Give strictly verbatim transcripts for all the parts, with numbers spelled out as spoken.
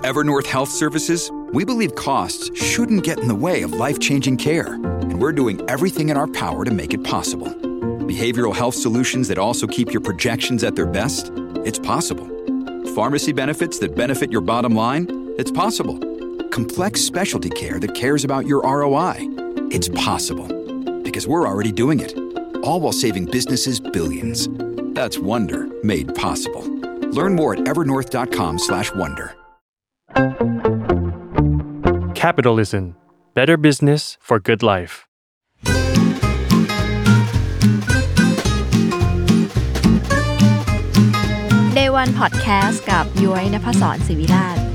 Evernorth Health Services, we believe costs shouldn't get in the way of life-changing care, and we're doing everything in our power to make it possible. Behavioral health solutions that also keep your projections at their best? It's possible. Pharmacy benefits that benefit your bottom line? It's possible. Complex specialty care that cares about your R O I? It's possible. Because we're already doing it. All while saving businesses billions. That's Wonder made possible. Learn more at evernorth.com slash wonder. Capitalism. Better business for good life. Day วัน Podcast กับย้อยณภศร ศิวิราช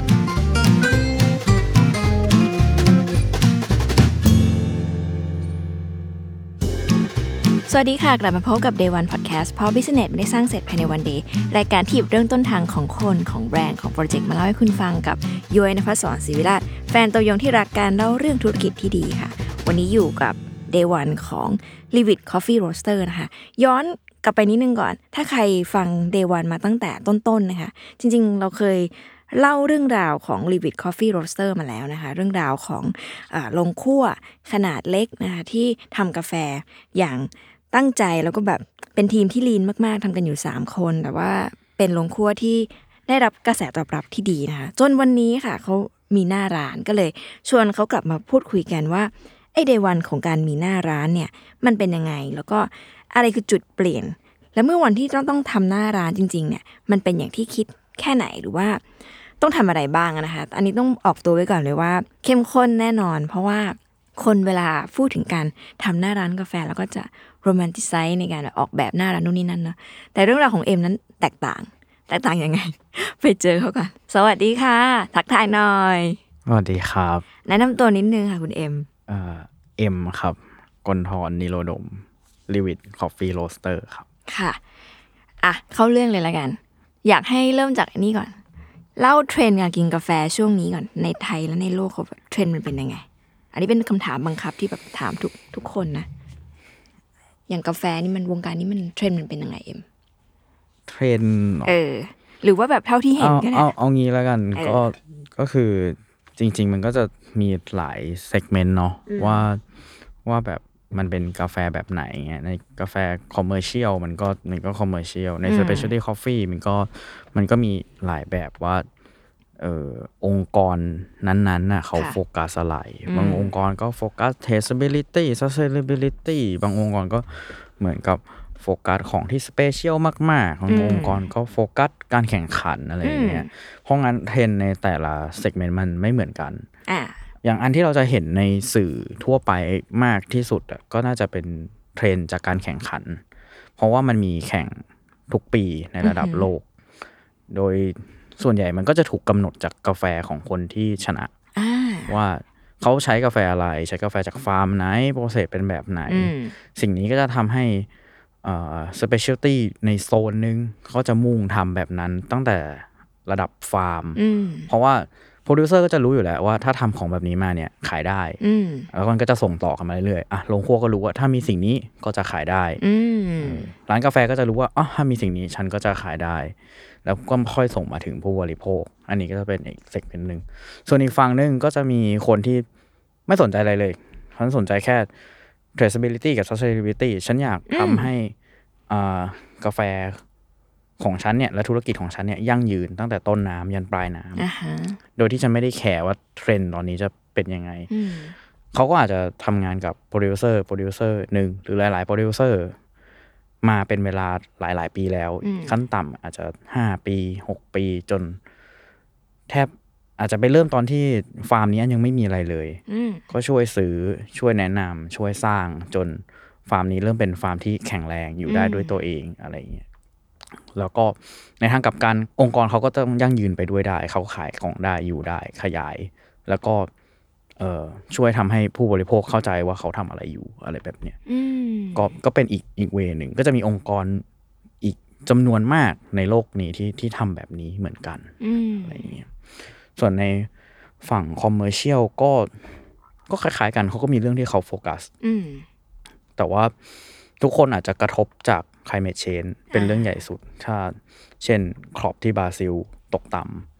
สวัสดีค่ะกลับมาพบกับ Day วัน Podcast เพราะ Business ไม่ได้สร้างเสร็จภายในวันเดย์รายการที่หยิบเรื่องต้นทางของคนของแบรนด์ของโปรเจกต์มาเล่าให้คุณฟังกับย้อยณภศร ศิวิราชแฟนตัวยงที่รักการเล่าเรื่องธุรกิจที่ดีค่ะวันนี้อยู่กับ Day วัน ของ Livit Coffee Roaster นะคะย้อนกลับไปนิดนึงก่อนถ้าใครฟัง Day วัน มาตั้งแต่ต้นๆนะคะจริงๆเราเคยเล่าเรื่องราวของ Livit Coffee Roaster มาแล้วนะคะเรื่องราวของอ่าโรงคั่วขนาดเล็กนะคะที่ทำกาแฟอย่างตั้งใจแล้วก็แบบเป็นทีมที่ลีนมากๆทำกันอยู่สามคนแต่ว่าเป็นโรงคั่วที่ได้รับกระแสตอบรับที่ดีนะคะจนวันนี้ค่ะเขามีหน้าร้านก็เลยชวนเขากลับมาพูดคุยกันว่าไอ้ Day วัน ของการมีหน้าร้านเนี่ยมันเป็นยังไงแล้วก็อะไรคือจุดเปลี่ยนและเมื่อวันที่ต้องต้องทำหน้าร้านจริงๆเนี่ยมันเป็นอย่างที่คิดแค่ไหนหรือว่าต้องทำอะไรบ้างนะคะอันนี้ต้องออกตัวไว้ก่อนเลยว่าเข้มข้นแน่นอนเพราะว่าคนเวลาพูดถึงการทำหน้าร้านกาแฟแล้วก็จะโรแมนติไซซ์ในการออกแบบหน้าร้านนู่นนี่นั่นเนาะแต่เรื่องราวของเอ็มนั้นแตกต่างแตกต่างยังไง ไปเจอเขาก่อนสวัสดีค่ะทักทายหน่อยสวัสดีครับแนะนำตัวนิดนึงค่ะคุณเอ็มเอ่อเอ็มครับกลธรนิโรดม Livit Coffee Roaster ครับค่ะอ่ะเข้าเรื่องเลยละกันอยากให้เริ่มจากอันนี้ก่อนเล่าเทรนด์การกินกาแฟช่วงนี้ก่อนในไทยและในโลกเขาเทรนด์มันเป็นยังไงอันนี้เป็นคำถามบังคับที่แบบถามทุกทุกคนนะอย่างกาแฟนี่มันวงการนี้มันเทรนด์มันเป็นยังไงเอ็มเทรนด์เออหรือว่าแบบเท่าที่เห็นก็ได้เอาเอางี้แล้วกันก็ก็คือจริงๆมันก็จะมีหลายเซกเมนต์เนาะว่าว่าแบบมันเป็นกาแฟแบบไหนเงี้ยในกาแฟคอมเมอร์เชียลมันก็มันก็คอมเมอร์เชียลในสเปเชียลตี้คอฟฟี่มันก็มันก็มีหลายแบบว่าเอ่อองค์กรนั้นๆน่ะเขาโฟกัสอะไรบางองค์กรก็โฟกัส traceability sustainability บางองค์กรก็เหมือนกับโฟกัสของที่สเปเชียลมากๆบางองค์กรก็โฟกัสการแข่งขันอะไรอย่างเงี้ยเพราะงั้นเทรนด์ในแต่ละเซกเมนต์มันไม่เหมือนกันอย่างอันที่เราจะเห็นในสื่อทั่วไปมากที่สุดอ่ะก็น่าจะเป็นเทรนด์จากการแข่งขันเพราะว่ามันมีแข่งทุกปีในระดับโลกโดยส่วนใหญ่มันก็จะถูกกำหนดจากกาแฟของคนที่ชนะว่าเขาใช้กาแฟอะไรใช้กาแฟจากฟาร์มไหนโปรเซสเป็นแบบไหนสิ่งนี้ก็จะทำให้อ่า specialty ในโซนนึงเขาจะมุ่งทำแบบนั้นตั้งแต่ระดับฟาร์มเพราะว่าโปรดิวเซอร์ก็จะรู้อยู่แล้วว่าถ้าทำของแบบนี้มาเนี่ยขายได้แล้วมันก็จะส่งต่อกันมาเรื่อยๆอ่ะโรงครัวก็รู้ว่าถ้ามีสิ่งนี้ก็จะขายได้ร้านกาแฟก็จะรู้ว่าอ๋อถ้ามีสิ่งนี้ฉันก็จะขายได้แล้วก็ค่อยส่งมาถึงผู้บริโภคอันนี้ก็จะเป็นอีกเซกเมนต์นึงส่วนอีกฝั่งนึงก็จะมีคนที่ไม่สนใจอะไรเลยฉันสนใจแค่ traceability กับ sustainability ฉันอยากทำให้อ่ากาแฟของฉันเนี่ยและธุรกิจของฉันเนี่ยยั่งยืนตั้งแต่ต้นน้ำยันปลายน้ำ uh-huh. โดยที่ฉันไม่ได้แคร์ว่าเทรนด์ตอนนี้จะเป็นยังไง uh-huh. เขาก็อาจจะทำงานกับโปรดิวเซอร์โปรดิวเซอร์หนึ่งหรือหลายๆโปรดิวเซอร์มาเป็นเวลาหลายๆปีแล้ว uh-huh. ขั้นต่ำอาจจะห้าปีหกปีจนแทบอาจจะไปเริ่มตอนที่ฟาร์มนี้ยังไม่มีอะไรเลย uh-huh. ก็ช่วยซื้อช่วยแนะนำช่วยสร้างจนฟาร์มนี้เริ่มเป็นฟาร์มที่แข็งแรงอยู่ได้ด้วยตัวเองอะไรอย่างเงี้ยแล้วก็ในทางกลับกันองค์กรเขาก็ต้องยั่งยืนไปด้วยได้เขาขายของได้อยู่ได้ขยายแล้วก็เอ่อช่วยทำให้ผู้บริโภคเข้าใจว่าเขาทำอะไรอยู่อะไรแบบเนี้ยก็ก็เป็นอีกอีกเวนึงก็จะมีองค์กรอีกจำนวนมากในโลกนี้ที่ที่ทำแบบนี้เหมือนกันอะไรอย่างเงี้ยส่วนในฝั่งคอมเมอร์เชียลก็ก็คล้ายๆกันเขาก็มีเรื่องที่เขาโฟกัสแต่ว่าทุกคนอาจจะกระทบจากclimate change เป็นเรื่องใหญ่สุดถ้าเช่นครอปที่บราซิลตกต่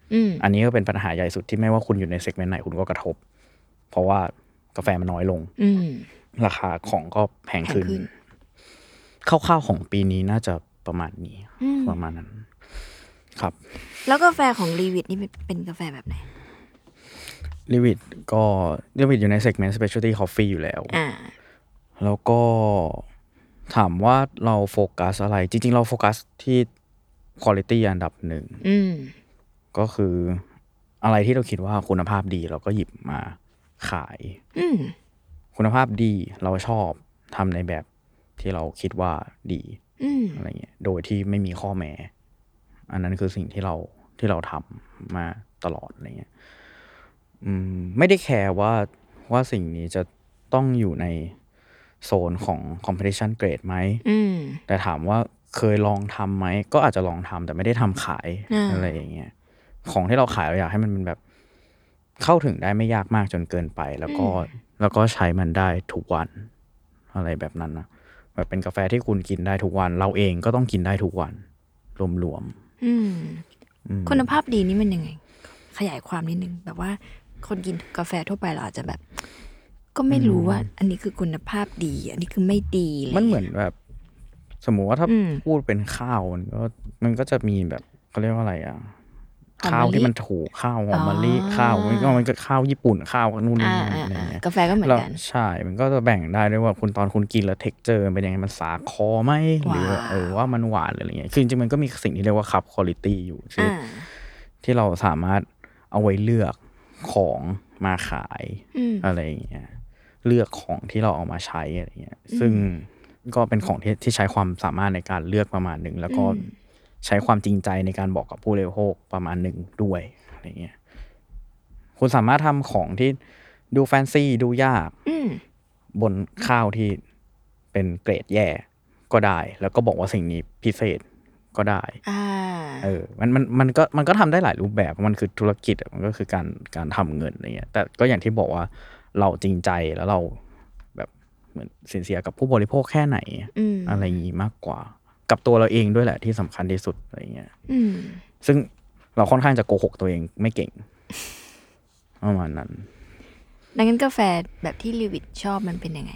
อันนี้ก็เป็นปัญหาใหญ่สุดที่ไม่ว่าคุณอยู่ในเซกเมนต์ไหนคุณก็กระทบเพราะว่ากาแฟมันน้อยลงราคาของก็แพงขึ้นคร่าวๆของปีนี้น่าจะประมาณนี้ประมาณนั้นครับแล้วกาแฟของลีวิทนี่เป็นกาแฟแบบไหนลีวิทก็ลีวิทอยู่ในเซกเมนต์ specialty coffee อยู่แล้วแล้วก็ถามว่าเราโฟกัสอะไรจริงๆเราโฟกัสที่ quality อันดับหนึ่งก็คืออะไรที่เราคิดว่าคุณภาพดีเราก็หยิบมาขายคุณภาพดีเราชอบทำในแบบที่เราคิดว่าดีอะไรเงี้ยโดยที่ไม่มีข้อแม้อันนั้นคือสิ่งที่เราที่เราทำมาตลอดอะไรเงี้ยอืมไม่ได้แคร์ว่าว่าสิ่งนี้จะต้องอยู่ในโซนของ competition grade ไหมแต่ถามว่าเคยลองทำไหมก็อาจจะลองทำแต่ไม่ได้ทำขายอะไรอย่างเงี้ยของที่เราขายเราอยากให้มันเป็นแบบเข้าถึงได้ไม่ยากมากจนเกินไปแล้วก็แล้วก็ใช้มันได้ทุกวันอะไรแบบนั้นนะแบบเป็นกาแฟที่คุณกินได้ทุกวันเราเองก็ต้องกินได้ทุกวันรวมๆคุณภาพดีนี่มันยังไงขยายความนิดนึงแบบว่าคนกินกาแฟทั่วไปเราอาจจะแบบก็ไม่รู้ว่าอันนี้คือคุณภาพดีอันนี้คือไม่ดีมันเหมือนแบบสมมุติว่าถ้าพูดเป็นข้าวมันก็มันก็จะมีแบบเขาเรียกว่าอะไรอ่ะข้าวที่มันถูกข้าวหอมมะลิข้าวมันก็มันก็ข้าวญี่ปุ่นข้าวนู่นนี่อะไรเงี้ยกาแฟก็เหมือนกันใช่มันก็จะแบ่งได้ด้วยว่าคุณตอนคุณกินแล้วเท็กเจอร์เป็นยังไงมันสาคอไหมหรือเออว่ามันหวานอะไรเงี้ยคือจริงๆมันก็มีสิ่งที่เรียกว่าคัพควอลิตี้อยู่ที่ที่เราสามารถเอาไว้เลือกของมาขายอะไรเงี้ยเลือกของที่เราเอามาใช้อะไรเงี้ยซึ่งก็เป็นของที่ที่ใช้ความสามารถในการเลือกประมาณหนึ่งแล้วก็ใช้ความจริงใจในการบอกกับผู้บริโภคประมาณหนึ่งด้วยอะไรเงี้ยคุณสามารถทำของที่ดูแฟนซีดูยากบนข้าวที่เป็นเกรดแย่ก็ได้แล้วก็บอกว่าสิ่งนี้พิเศษก็ได้เออมันมันมันก็มันก็ทำได้หลายรูปแบบมันคือธุรกิจมันก็คือการการทำเงินอะไรเงี้ยแต่ก็อย่างที่บอกว่าเราจริงใจแล้วเราแบบเหมือนสินเสียกับผู้บริโภคแค่ไหนอะไรอย่างงี้มากกว่ากับตัวเราเองด้วยแหละที่สำคัญที่สุดอะไรเงี้ยซึ่งเราค่อนข้างจะโกหกตัวเองไม่เก่งประมาณนั้นดังนั้นกาแฟแบบที่ลีวิทชอบมันเป็นยังไง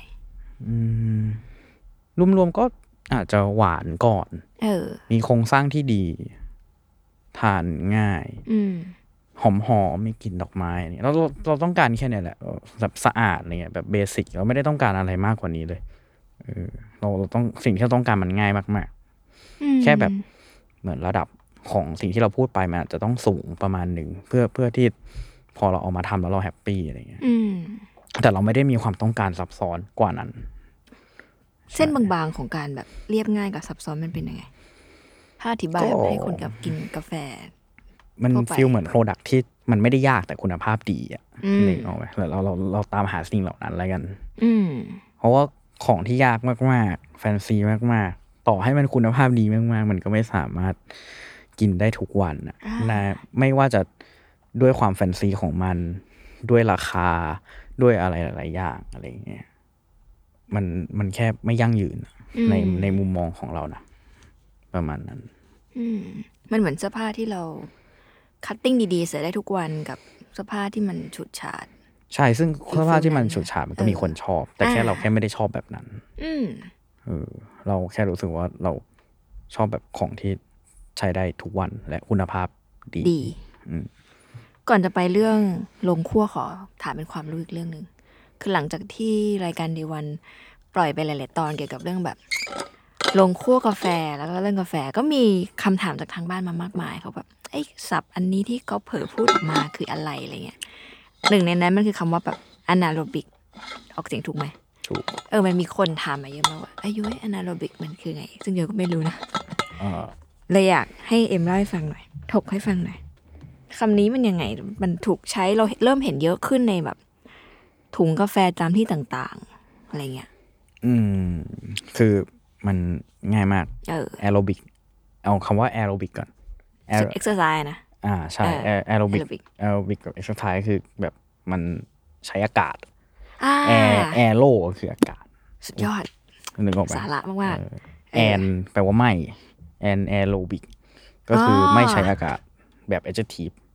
รวมๆก็อาจจะหวานก่อนเออมีโครงสร้างที่ดีทานง่ายหอมๆมีกลิ่นดอกไม้นี่เราเราต้องการแค่นี้แหละแบบสะอาดอะไรเงี้ยแบบเบสิกเราไม่ได้ต้องการอะไรมากกว่านี้เลยเออเราเราต้องสิ่งที่เราต้องการมันง่ายมากๆแค่แบบเหมือนระดับของสิ่งที่เราพูดไปมันอาจจะต้องสูงประมาณหนึ่งเพื่อเพื่อที่พอเราเอามาทำแล้วเราแฮปปี้อะไรเงี้ยแต่เราไม่ได้มีความต้องการซับซ้อนกว่านั้นเส้นบางๆของการแบบเรียบง่ายกับซับซ้อนมันเป็นยังไงถ้าอธิบายให้คนกับกินกาแฟมันฟีลเหมือนโปรดักที่มันไม่ได้ยากแต่คุณภาพดีอ่ะนี่เอาไว้เราเราเราตามหาสิ่งเหล่านั้นอะไรกันเพราะว่าของที่ยากมากๆแฟนซีมากๆต่อให้มันคุณภาพดีมากๆมันก็ไม่สามารถกินได้ทุกวันนะไม่ว่าจะด้วยความแฟนซีของมันด้วยราคาด้วยอะไรหลายๆอย่างอะไรเงี้ยมันมันแค่ไม่ยั่งยืนในในมุมมองของเรานะประมาณนั้นมันเหมือนเสื้อผ้าที่เราคัตติ้งดีๆใส่ได้ทุกวันกับเสื้อผ้าที่มันฉูดฉาดใช่ซึ่งเสื้อผ้าที่มันฉูดฉาดมันก็มีคนชอบแต่แค่เราแค่ไม่ได้ชอบแบบนั้นเออเราแค่รู้สึกว่าเราชอบแบบของที่ใช้ได้ทุกวันและคุณภาพดีดีก่อนจะไปเรื่องลงคั่วขอถามเป็นความรู้อีกเรื่องนึงคือหลังจากที่รายการ Day วันปล่อยไปหลายๆตอนเกี่ยวกับเรื่องแบบลงคั่วกาแฟแล้วก็เรื่องกาแฟก็มีคำถามจากทางบ้านมามากมายเขาแบบไอ้ศัพท์อันนี้ที่เขาเผลอพูดออกมาคืออะไรอะไรเงี้ยหนึ่งในนั้นมันคือคำว่าแบบ anaerobic ออกเสียงถูกไหมถูกเออมันมีคนถามมาเยอะมากว่าอายุ anaerobic มันคือไงซึ่งโยก็ไม่รู้นะเลยอยากให้เอ็มเล่าให้ฟังหน่อยถกให้ฟังหน่อยคำนี้มันยังไงมันถูกใช้เราเริ่มเห็นเยอะขึ้นในแบบถุงกาแฟตามที่ต่างๆอะไรเงี้ยอืมคือมันง่ายมากเออแอโรบิกเอาคำว่าแอโรบิกก่อนเอ็กซ์ไซส์นะอ่าใช่แอโรบิกแอโรบิกกับเอ็กซ์ไซส์คือแบบมันใช้อากาศแอร์แอโรคืออากาศสุดยอดนึกออกไหมสาระมากๆแอนแปลว่าไม่แอนแอโรบิกก็คือไม่ใช้อากาศแบบ adjective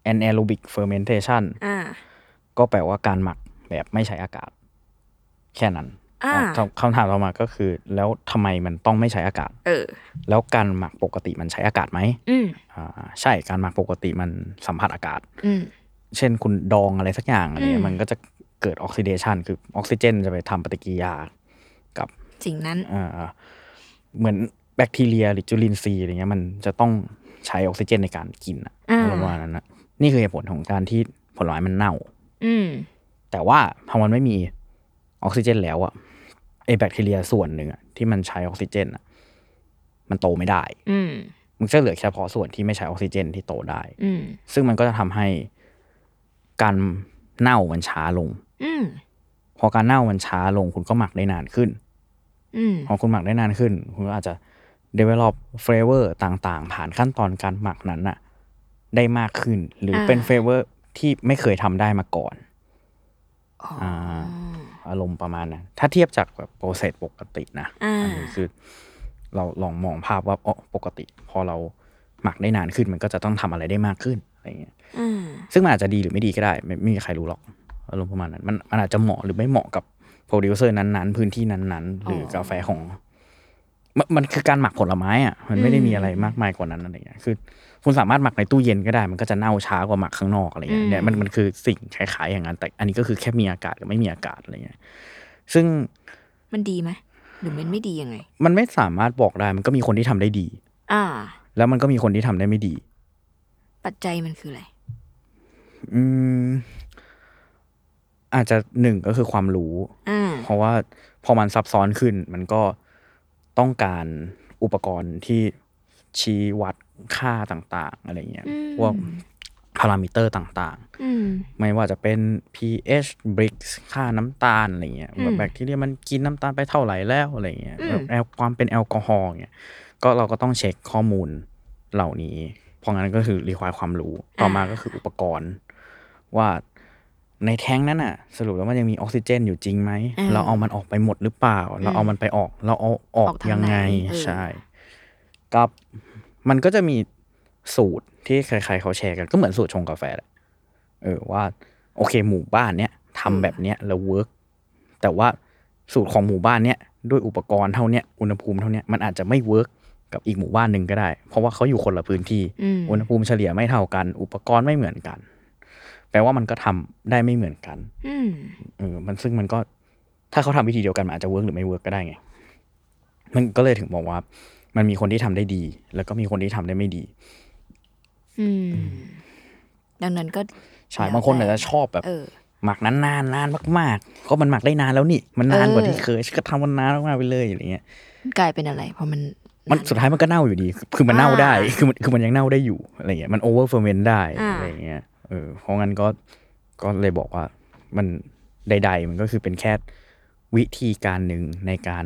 anaerobic fermentation อ่าก็แปลว่าการหมักแบบไม่ใช้อากาศแค่นั้นคำถามต่อมาก็คือแล้วทำไมมันต้องไม่ใช้อากาศเออแล้วการหมักปกติมันใช้อากาศไหมอืมอ่าใช่การหมักปกติมันสัมผัสอากาศอืมเช่นคุณดองอะไรสักอย่างอะไรเงี้ยมันก็จะเกิดออกซิเดชันคือออกซิเจนจะไปทำปฏิกิริยากับสิ่งนั้นอ่าเหมือนแบคทีเรียหรือจุลินทรีย์อะไรเงี้ยมันจะต้องใช้ออกซิเจนในการกินอะประมาณนั้นนะนี่คือเหตุผลของการที่ผลไม้มันเน่าอืมแต่ว่าพอมันไม่มีออกซิเจนแล้วอะไอแบคทีเรียส่วนหนึ่งอะที่มันใช้ออกซิเจนอะมันโตไม่ได้อืมมันจะเหลือเฉพาะส่วนที่ไม่ใช้ออกซิเจนที่โตได้อืมซึ่งมันก็จะทำให้การเน่ามันช้าลงอืมพอการเน่ามันช้าลงคุณก็หมักได้นานขึ้นอืมพอคุณหมักได้นานขึ้นคุณก็อาจจะ develop flavor ต่างๆผ่านขั้นตอนการหมักนั้นน่ะได้มากขึ้นหรือเป็น flavor ที่ไม่เคยทำได้มาก่อนอ่าอารมณ์ประมาณนั้นถ้าเทียบจากแบบโปรเซสปกตินะอันนี้คือเราลองมองภาพว่าอ๋อปกติพอเราหมักได้นานขึ้นมันก็จะต้องทำอะไรได้มากขึ้นอะไรเงี้ยซึ่งมันอาจจะดีหรือไม่ดีก็ได้ไม่ไม่มีใครรู้หรอกอารมณ์ประมาณนั้นมันมันอาจจะเหมาะหรือไม่เหมาะกับโปรดิวเซอร์นั้นๆพื้นที่นั้นๆหรือกาแฟของมันคือการหมักผลไม้อ่ะมันไม่ได้มีอะไรมากมายกว่านั้นอะไรเงี้ยคือคุณสามารถหมักในตู้เย็นก็ได้มันก็จะเน่าช้ากว่าหมักข้างนอกอะไรเงี้ยเนี่ยมันมันคือสิ่งคล้ายๆอย่างนั้นแต่อันนี้ก็คือแค่มีอากาศกับไม่มีอากาศอะไรเงี้ยซึ่งมันดีไหมหรือมันไม่ดียังไงมันไม่สามารถบอกได้มันก็มีคนที่ทำได้ดีอ่าแล้วมันก็มีคนที่ทำได้ไม่ดีปัจจัยมันคืออะไรอืมอาจจะหนึ่งก็คือความรู้เพราะว่าพอมันซับซ้อนขึ้นมันก็ต้องการอุปกรณ์ที่ชี้วัดค่าต่างๆอะไรเงี้ยพวกพารามิเตอร์ต่างๆไม่ว่าจะเป็น pH Brix ค่าน้ำตาลอะไรเงี้ยแบบแบคทีเรียมันกินน้ำตาลไปเท่าไหร่แล้วอะไรเงี้ยแบบแอลความเป็นแอลกอฮอล์เงี้ยก็เราก็ต้องเช็คข้อมูลเหล่านี้เพราะงั้นก็คือรีควายความรู้ต่อมาก็คืออุปกรณ์ว่าในแท้งนั้นน่ะสรุปแล้วมันยังมีออกซิเจนอยู่จริงไหมเราเอามันออกไปหมดหรือเปล่าเราเอามันไปออกเราเอาออกยังไงใช่กับมันก็จะมีสูตรที่ใครๆเขาแชร์กันก็เหมือนสูตรชงกาแฟแหละเออว่าโอเคหมู่บ้านเนี้ยทำแบบเนี้ยแล้วเวิร์กแต่ว่าสูตรของหมู่บ้านเนี้ยด้วยอุปกรณ์เท่าเนี้ยอุณหภูมิเท่าเนี้ยมันอาจจะไม่เวิร์กกับอีกหมู่บ้านนึงก็ได้เพราะว่าเขาอยู่คนละพื้นที่อุณหภูมิเฉลี่ยไม่เท่ากันอุปกรณ์ไม่เหมือนกันแปลว่ามันก็ทำได้ไม่เหมือนกันเออมันซึ่งมันก็ถ้าเขาทำวิธีเดียวกันมันอาจจะเวิร์กหรือไม่เวิร์กก็ได้ไงมันก็เลยถึงบอกว่ามันมีคนที่ทำได้ดีแล้วก็มีคนที่ทำได้ไม่ดีอืมดังนั้นก็ใช่บางคนอาจจะชอบแบบหมักนานๆนานมากๆเพราะมันหมักได้นานแล้วนี่มันนานกว่าที่เคยก็ทำมันนานมากไปเลยอย่างเงี้ยกลายเป็นอะไรเพราะมันมันสุดท้ายมันก็เน่าอยู่ดีคือมันเน่าได้คือมันคือมันยังเน่าได้อยู่อะไรเงี้ยมันโอเวอร์เฟอร์เมนต์ได้อะไรเงี้ยเออเพราะงั้นก็ก็เลยบอกว่ามันใดๆมันก็คือเป็นแค่วิธีการหนึ่งในการ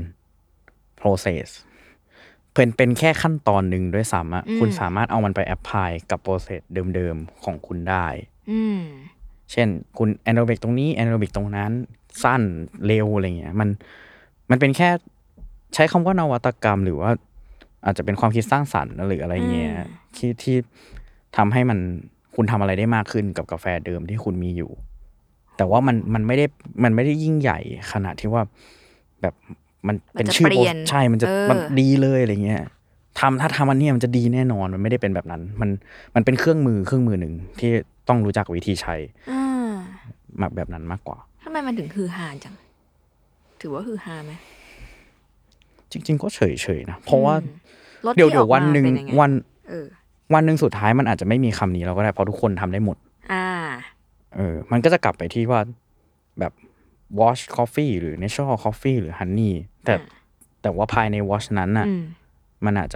process เป็นเป็นแค่ขั้นตอนหนึ่งด้วยซ้ำอ่ะคุณสามารถเอามันไปแอพพลายกับ process เดิมๆของคุณได้เช่นคุณแอนโรบิกตรงนี้แอนโรบิกตรงนั้นสั้นเร็วอะไรเงี้ยมันมันเป็นแค่ใช้คำว่านวัตกรรมหรือว่าอาจจะเป็นความคิดสร้างสรรค์หรืออะไรเงี้ยที่ที่ทำให้มันคุณทำอะไรได้มากขึ้นกับกาแฟเดิมที่คุณมีอยู่แต่ว่ามันมันไม่ได้มันไม่ได้ยิ่งใหญ่ขนาดที่ว่าแบบมันเป็นชื่อใช่มันจะมันดีเลยอะไรเงี้ยทำถ้าทำอันนี้มันจะดีแน่นอนมันไม่ได้เป็นแบบนั้นมันมันเป็นเครื่องมือเครื่องมือหนึ่งที่ต้องรู้จักวิธีใช้มาแบบนั้นมากกว่าทำไมมันถึงฮือฮาจังถือว่าฮือฮาไหมจริงๆก็เฉยๆนะเพราะว่าเดี๋ยวเดี๋ยววันหนึ่งวันวันหนึ่งสุดท้ายมันอาจจะไม่มีคำนี้เราก็ได้เพราะทุกคนทำได้หมดอ่าเออมันก็จะกลับไปที่ว่าแบบ wash coffee หรือ natural coffee หรือ honey แต่แต่ว่าภายใน wash นั้นน่ะมันอาจจะ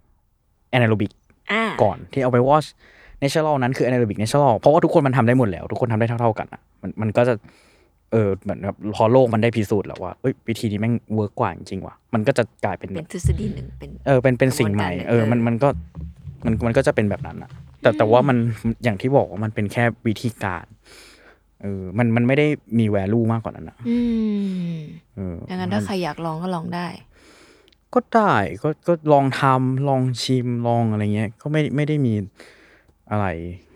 anaerobic ก่อนที่เอาไป wash natural นั้นคือ anaerobic natural เพราะว่าทุกคนมันทำได้หมดแล้วทุกคนทำได้เท่าๆกันอ่ะมันมันก็จะเออเหมือนแบบพอโลกมันได้พิสูจน์แล้วว่าเอ้ยวิธีนี้แม่งเวิร์กกว่าจริงๆว่ะมันก็จะกลายเป็นเป็นทฤษฎีหนึ่งเป็นเออเป็นเป็นสิ่งใหม่เออมันมันก็มันมันก็จะเป็นแบบนั้นอ่ะแต่แต่ว่ามันอย่างที่บอกว่ามันเป็นแค่วิธีการเออมันมันไม่ได้มี value มากกว่านั้นอ่ะอืมเออดังนั้นถ้าใครอยากลองก็ลองได้ก็ได้ก็ก็ลองทำลองชิมลองอะไรเงี้ยก็ไม่ไม่ได้มีอะไร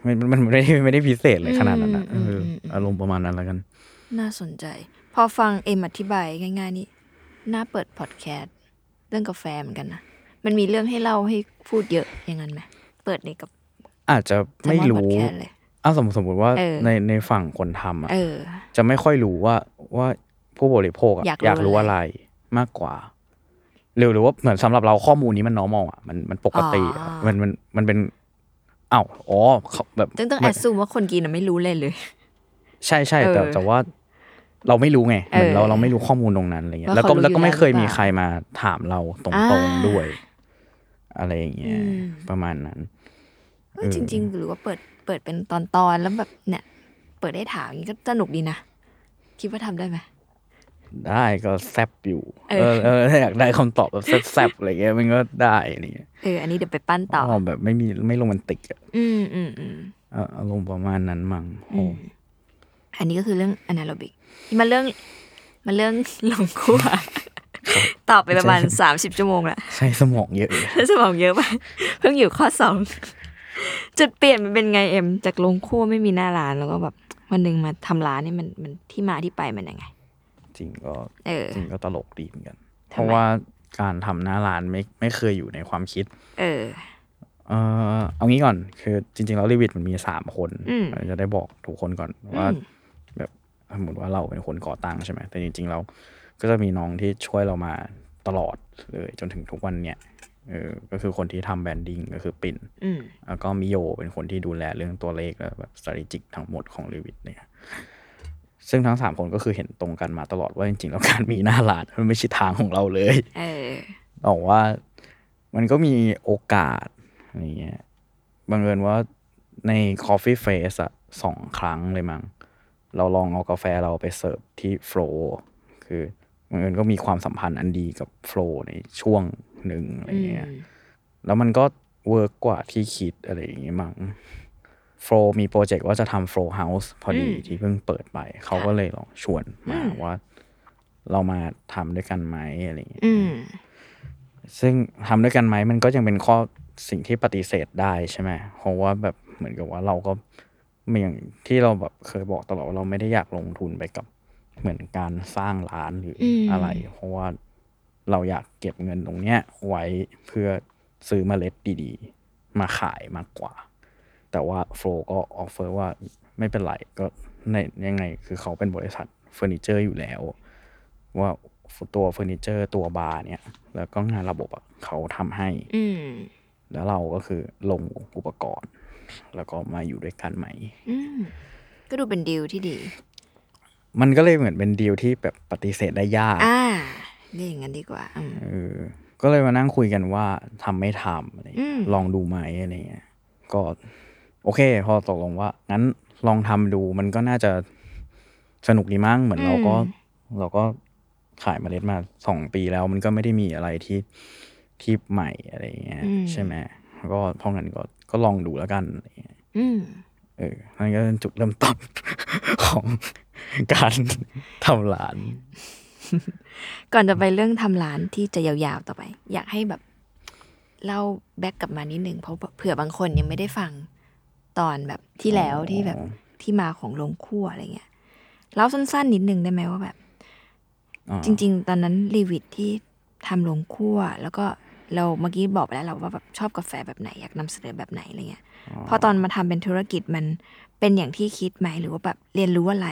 มันมันไม่ได้ไม่ได้พิเศษเลยขนาดนั้นนะเอออารมณ์ประมาณนั้นแล้วกันน่าสนใจพอฟังเอ็มอธิบายง่ายๆนี่น่าเปิดพอดแคสต์เรื่องกาแฟเหมือนกันนะมันมีเรื่องให้เล่าให้พูดเยอะอย่างนั้นไหมเปิดในกับอาจจะไม่รู้อ้าวสมมติสมมติว่าในในฝั่งคนทำอ่ะจะไม่ค่อยรู้ว่าว่าผู้บริโภคอยากรู้อะไรมากกว่าหรือหรือว่าเหมือนสำหรับเราข้อมูลนี้มัน normal อ่ะมันมันปกติมันมันมันเป็นอ้าวอ๋อแบบต้องแอดซูมว่าคนกินไม่รู้เลยเลยใช่ใช่แต่แต่ว่าเราไม่รู้ไงเหมือนเราเราไม่รู้ข้อมูลตรงนั้นอะไรเงี้ยแล้วก็แล้วก็ไม่เคยมีใครมาถามเราตรงๆด้วยอะไรอย่างเงี้ยประมาณนั้นจริงๆหรือว่าเปิดเปิดเป็นตอนๆแล้วแบบเนี่ยเปิดได้ถามอย่างนี้ก็สนุกดีนะคิดว่าทำได้ไหมได้ก็แซบอยู่เออเออถ้าอยากได้คำตอบแบบแซบๆอะไรเงี้ยมันก็ได้อะไรเงี้ยเอออันนี้เดี๋ยวไปปั้นต่อแบบไม่มีไม่โรแมนติกอ่ะอืมอืมอืมอารมณ์ประมาณนั้นมั้งอันนี้ก็คือเรื่องอนาโรบิกมาเรื่องมาเรื่องลงคั่วตอบไปประมาณสามสิบชั่วโมงละใช้สมองเยอะใช้สมองเยอะไปเพิ่งอยู่ข้อสองจุดเปลี่ยนมันเป็นไงเอ็มจากลงคั่วไม่มีหน้าร้านแล้วก็แบบวันนึงมาทำร้านนี่มันมันที่มาที่ไปมันยังไงจริงก็จริงก็ตลกดีเหมือนกันเพราะว่าการทำหน้าร้านไม่ไม่เคยอยู่ในความคิดเออเออเอางี้ก่อนคือจริงๆแล้วรีวิทมันมีสามคนจะได้บอกทุกคนก่อนว่าแบบสมมติว่าเราเป็นคนก่อตั้งใช่ไหมแต่จริงๆเราก็จะมีน้องที่ช่วยเรามาตลอดเลยจนถึงทุกวันเนี้ยเออก็คือคนที่ทำแบรนดิ้งก็คือปิ่นแล้วก็มิโยเป็นคนที่ดูแลเรื่องตัวเลขและแบบ strategic ทั้งหมดของรีวิทเนี่ยซึ่งทั้งสามคนก็คือเห็นตรงกันมาตลอดว่าจริงๆแล้วการมีหน้าร้านมันไม่ใช่ทางของเราเลยเออบอกว่ามันก็มีโอกาสอะไรเงี้ยบังเอิญว่าใน Coffee Face อะสองครั้งเลยมั้งเราลองเอากาแฟเราไปเสิร์ฟที่ Flow คือบังเอิญก็มีความสัมพันธ์อันดีกับ Flow ในช่วงหนึ่งอะไรเงี้ยแล้วมันก็เวิร์กกว่าที่คิดอะไรอย่างเงี้ยมั้งโฟลมีโปรเจกต์ว่าจะทำโฟลเฮาส์พอดีที่เพิ่งเปิดไปเขาก็เลยลองชวนมาว่าเรามาทำด้วยกันไหมอะไรอย่างเงี้ยซึ่งทำด้วยกันไหมมันก็ยังเป็นข้อสิ่งที่ปฏิเสธได้ใช่ไหมเพราะว่าแบบเหมือนกับว่าเราก็อย่างที่เราแบบเคยบอกตลอดว่าเราไม่ได้อยากลงทุนไปกับเหมือนการสร้างร้านหรืออะไรเพราะว่าเราอยากเก็บเงินตรงเนี้ยไว้เพื่อซื้อเมล็ดดีๆมาขายมากกว่าแต่ว่าโฟลก็ออฟเฟอร์ว่าไม่เป็นไรก็ในยังไงคือเขาเป็นบริษัทเฟอร์นิเจอร์อยู่แล้วว่าตัวเฟอร์นิเจอร์ตัวบาร์เนี่ยแล้วก็งานระบบอ่ะเขาทำให้แล้วเราก็คือลงอุปกรณ์แล้วก็มาอยู่ด้วยกันใหม่ก็ดูเป็นดีลที่ดีมันก็เลยเหมือนเป็นดีลที่แบบปฏิเสธได้ยากอ่าเรียกอย่างนั้นดีกว่าเออก็เลยมานั่งคุยกันว่าทำไม่ทำอะไรลองดูไหมอะไรเงี้ยก็โอเคพอตกลงว่างั้นลองทำดูมันก็น่าจะสนุกดีมั้งเหมือนเราก็เราก็ขายเมล็ดมาสองปีแล้วมันก็ไม่ได้มีอะไรที่ที่ใหม่อะไรเงี้ยใช่ไหมก็เพราะงั้นก็ก็ลองดูแล้วกันอะไรเงี้ยเออนั่นก็เป็นจุดเริ่มต้นของการทำร้านก่อนจะไปเรื่องทำร้านที่จะยาวๆต่อไปอยากให้แบบเล่าแบ็กกลับมานิดนึงเพราะเผื่อบางคนยังไม่ได้ฟังตอนแบบที่แล้วที่แบบที่มาของโรงคั่วอะไรเงี้ยเล่าสั้นๆนิดนึงได้ไหมว่าแบบจริงๆตอนนั้นรีวิทที่ทำโรงคั่วแล้วก็เราเมื่อกี้บอกไปแล้วเราว่าแบบชอบกาแฟแบบไหนอยากนำเสนอแบบไหนอะไรเงี้ยพอตอนมาทำเป็นธุรกิจมันเป็นอย่างที่คิดไหมหรือว่าแบบเรียนรู้อะไร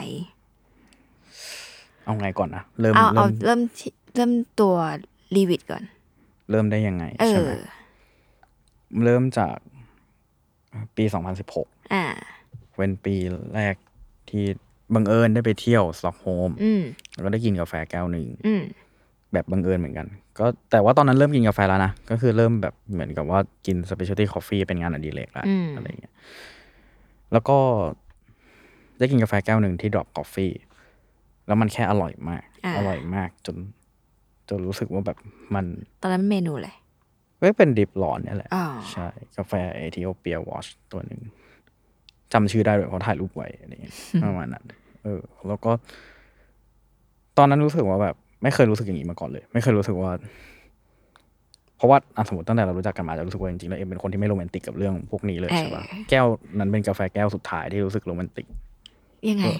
เอาไงก่อนนะเริ่มเอาเอาเริ่มเริ่มตัวรีวิทก่อนเริ่มได้ยังไงใช่ไหมเริ่มจากปีสองพันสิบหกอ่าเป็นปีแรกที่บังเอิญได้ไปเที่ยวสต็อกโฮล์มแล้วก็ได้กินกาแฟแก้วหนึ่งแบบบังเอิญเหมือนกันก็แต่ว่าตอนนั้นเริ่มกินกาแฟแล้วนะก็คือเริ่มแบบเหมือนกับว่ากิน specialty coffee เป็นงานอดิเรกแล้วอะไรอย่างเงี้ยแล้วก็ได้กินกาแฟแก้วหนึ่งที่ Drop Coffee แล้วมันแค่อร่อยมากอร่อยมากจนจนรู้สึกว่าแบบมันตอนนั้นเมนูอะไรก็เป็นดิบร้อนนี่แหละใช่กาแฟเอธิโอเปียวอชตัวหนึ่งจำชื่อได้ด้วยเพราะถ่ายรูปไว้อะไรอย่างเงี้ยประมาณนั้นเออแล้วก็ตอนนั้นรู้สึกว่าแบบไม่เคยรู้สึกอย่างนี้มาก่อนเลยไม่เคยรู้สึกว่าพราะว่าสมมติตั้งแต่เรารู้จักกันมาจะรู้สึกว่าจริงๆแล้วเอ็มเป็นคนที่ไม่โรแมนติกกับเรื่องพวกนี้เลยใช่ป่ะแก้วนั้นเป็นกาแฟแก้วสุดท้ายที่รู้สึกโรแมนติกยังไง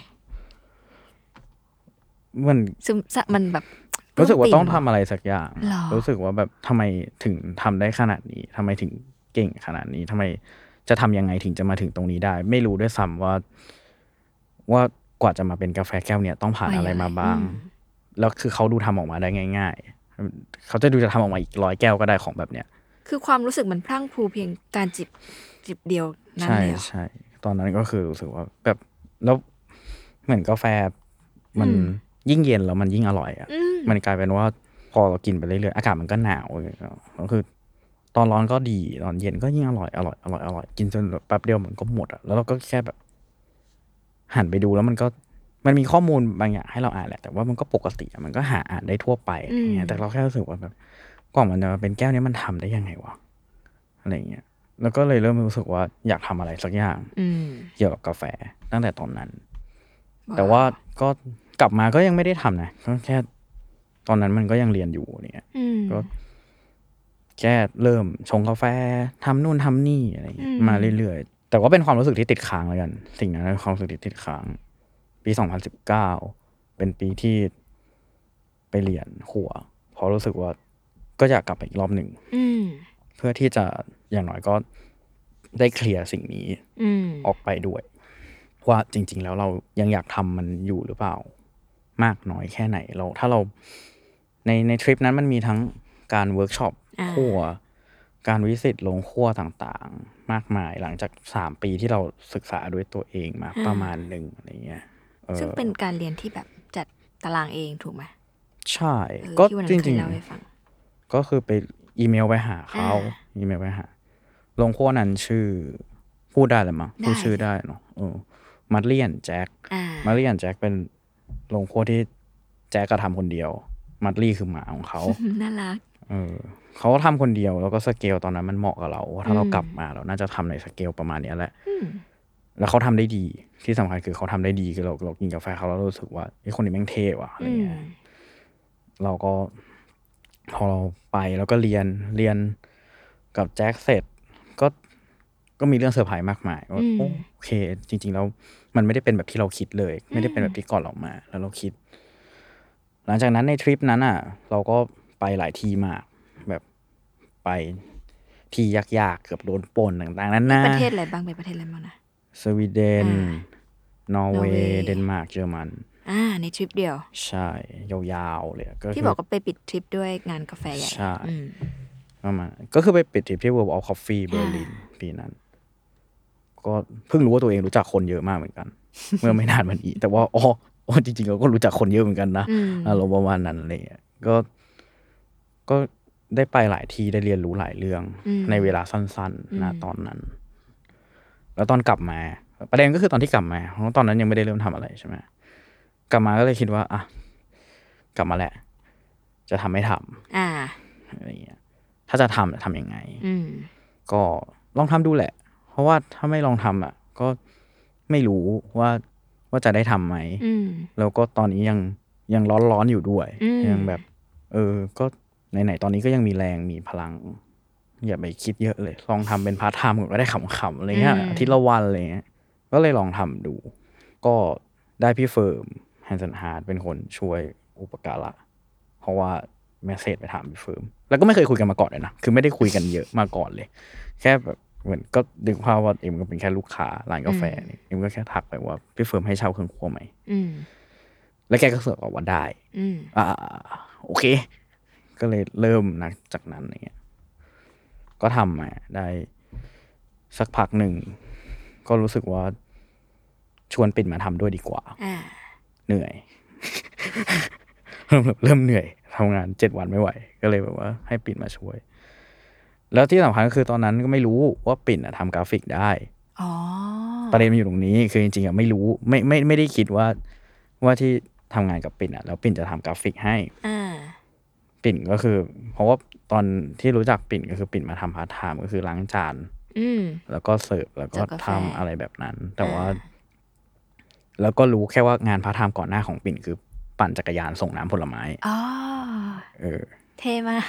มันซึมซับมันแบบรู้สึกว่าต้องทำอะไรสักอย่างรู้สึกว่าแบบทำไมถึงทำได้ขนาดนี้ทำไมถึงเก่งขนาดนี้ทำไมจะทำยังไงถึงจะมาถึงตรงนี้ได้ไม่รู้ด้วยซ้ำว่าว่ากว่าจะมาเป็นกาแฟแก้วเนี่ยต้องผ่านอะไรมาบ้างแล้วคือเขาดูทำออกมาได้ง่ายๆเขาจะดูจะทำออกมาอีกร้อยแก้วก็ได้ของแบบเนี้ยคือความรู้สึกมันพรั่งพรูเพียงการจิบจิบเดียวนั่นเลยใช่ใช่ตอนนั้นก็คือรู้สึกว่าแบบแล้วเหมือนกาแฟมันยิ่งเย็นแล้วมันยิ่งอร่อยอ่ะมันกลายเป็นว่าพอเรากินไปเรื่อยๆอากาศมันก็หนาวก็คือตอนร้อนก็ดีตอนเย็นก็ยิ่งอร่อยอร่อยอร่อยอร่อยกินจนแป๊บเดียวมันก็หมดอ่ะแล้วเราก็แค่แบบหันไปดูแล้วมันก็มันมีข้อมูลบางอย่างให้เราอ่านแหละแต่ว่ามันก็ปกติมันก็หาอ่านได้ทั่วไปอย่างเงี้ยแต่เราแค่รู้สึกว่าแบบกล่องมันจะเป็นแก้วนี้มันทำได้ยังไงวะอะไรเงี้ยแล้วก็เลยเริ่มรู้สึกว่าอยากทำอะไรสักอย่างเกี่ยวกับกาแฟตั้งแต่ตอนนั้นแต่ว่าก็กลับมาก็ยังไม่ได้ทำนะก็แค่ตอนนั้นมันก็ยังเรียนอยู่เนี่ยก็แค่เริ่มชงกาแฟทำนู่นทำนี่อะไรเงี้ยมาเรื่อยๆแต่ว่าเป็นความรู้สึกที่ติดค้างแล้วกันสิ่งนั้นเป็นความรู้สึกที่ติดค้างปีสองพันสิบเก้าเป็นปีที่ไปเรียนขัวเพราะรู้สึกว่าก็อยากกลับไปอีกรอบหนึ่งเพื่อที่จะอย่างน้อยก็ได้เคลียร์สิ่งนี้ออกไปด้วยว่าจริงๆแล้วเรายังอยากทำมันอยู่หรือเปล่ามากน้อยแค่ไหนเราถ้าเราในในทริปนั้นมันมีทั้งการเวิร์กช็อปคั่วการวิสิตลงคั่วต่างๆมากมายหลังจากสามปีที่เราศึกษาด้วยตัวเองมาประมาณหนึ่งอะไรเงี้ยซึ่งเป็นการเรียนที่แบบจัดตารางเองถูกไหมใช่ก็จริงๆก็คือไปอีเมลไปหาเขาอีเมลไปหาลงคั่วนั้นชื่อพูดได้เลยมั้งพูดชื่อได้เนาะเออมาร์เลียนแจ็คมาร์เลียนแจ็คเป็นลงคั่วที่แจ็คก็ทำคนเดียวมาร์ลี่คือหมาของเขาน่ารักเออเขาทำคนเดียวแล้วก็สเกลตอนนั้นมันเหมาะกับเราถ้าเรากลับมาเราน่าจะทำในสเกลประมาณนี้แหละแล้วเขาทำได้ดีที่สำคัญคือเขาทำได้ดีคือเราเรากินกาแฟเขาแล้วรู้สึกว่าไอ้คนนี้แม่งเท่ว่ะอะไรเงี้ยเราก็พอเราไปแล้วก็เรียนเรียนกับแจ็คเสร็จก็ก็มีเรื่องเซอร์ไพรส์มากมายว่าโอเคจริงๆแล้วมันไม่ได้เป็นแบบที่เราคิดเลยไม่ได้เป็นแบบที่ก่อนเรามาแล้วเราคิดหลังจากนั้นในทริปนั้นอ่ะเราก็ไปหลายที่มากแบบไปที่ยากๆเกือบโดนปล้นต่างๆนั่นนะประเทศอะไรบ้างเป็นประเทศอะไรบ้างนะสวีเดนนอร์เวย์เดนมาร์กเยอรมันอ่าในทริปเดียวใช่ยาวๆเลยก็ที่บอกว่าไปปิดทริปด้วยงานกาแฟใหญ่ใช่ประมาณก็คือไปปิดทริปที่ World of Coffee เบอร์ลินปีนั้นก็เพิ่งรู้ว่าตัวเองรู้จักคนเยอะมากเหมือนกันเมื่อไม่นานมานี้แต่ว่าอ๋ออ๋อจริงๆเราก็รู้จักคนเยอะเหมือนกันนะเราประมาณนั้นอะไรเงี้ยก็ก็ได้ไปหลายที่ได้เรียนรู้หลายเรื่องในเวลาสั้นๆนะตอนนั้นแล้วตอนกลับมาประเด็นก็คือตอนที่กลับมาเพราะตอนนั้นยังไม่ได้เริ่มทำอะไรใช่ไหมกลับมาก็เลยคิดว่าอ่ะกลับมาแหละจะทำไม่ทำอ่าอะไรเงี้ยถ้าจะทำจะทำยังไงก็ลองทำดูแหละเพราะว่าถ้าไม่ลองทำอ่ะก็ไม่รู้ว่าว่าจะได้ทำไหมแล้วก็ตอนนี้ยังยังร้อนๆอยู่ด้วยยังแบบเออก็ไหนๆตอนนี้ก็ยังมีแรงมีพลังอย่าไปคิดเยอะเลยลองทำเป็นพาร์ทไทม์ก็ได้ขำๆอะไรเงี้ยอาทิตย์ละวันอะไรเงี้ยก็เลยลองทำดูก็ได้พี่เฟิร์มแฮนสันฮาร์ดเป็นคนช่วยอุปการะเพราะว่าเมสเสจไปถามพี่เฟิร์มแล้วก็ไม่เคยคุยกันมาก่อนเลยนะคือไม่ได้คุยกันเยอะมาก่อนเลยแค่แบบเหมือนก็ดึงภาพว่าเอ็มก็เป็นแค่ลูกค้าร้านกาแฟนี่เอ็มก็แค่ทักไปว่าพี่เฟิร์มให้เช่าเครื่องคั่วไหมแล้วแกก็เสือกว่าได้อ่าโอเคก็เลยเริ่มนักจากนั้นอย่างเงี้ยก็ทำมาได้สักพักหนึ่งก็รู้สึกว่าชวนปิ่นมาทำด้วยดีกว่าเหนื่อย เริ่มเริ่มเหนื่อยทำงานเจ็ดวันไม่ไหวก็เลยแบบว่าให้ปิ่นมาช่วยแล้วที่สำคัญก็คือตอนนั้นก็ไม่รู้ว่าปิ่นทำกราฟิกได้ประเด็นมันอยู่ตรงนี้คือจริงๆอ่ะไม่รู้ไม่ไม่ไม่ได้คิดว่าว่าที่ทำงานกับปิ่นอ่ะแล้วปิ่นจะทำกราฟิกให้ปิ่นก็คือเพราะว่าตอนที่รู้จักปิ่นก็คือปิ่นมาทำพาร์ทไทม์ก็คือล้างจานแล้วก็เสิร์ฟแล้วก็ทำอะไรแบบนั้นแต่ว่าแล้วก็รู้แค่ว่างานพาร์ทไทม์ก่อนหน้าของปิ่นคือปั่นจักรยานส่งน้ำผลไม้อ๋อเออเท่มาก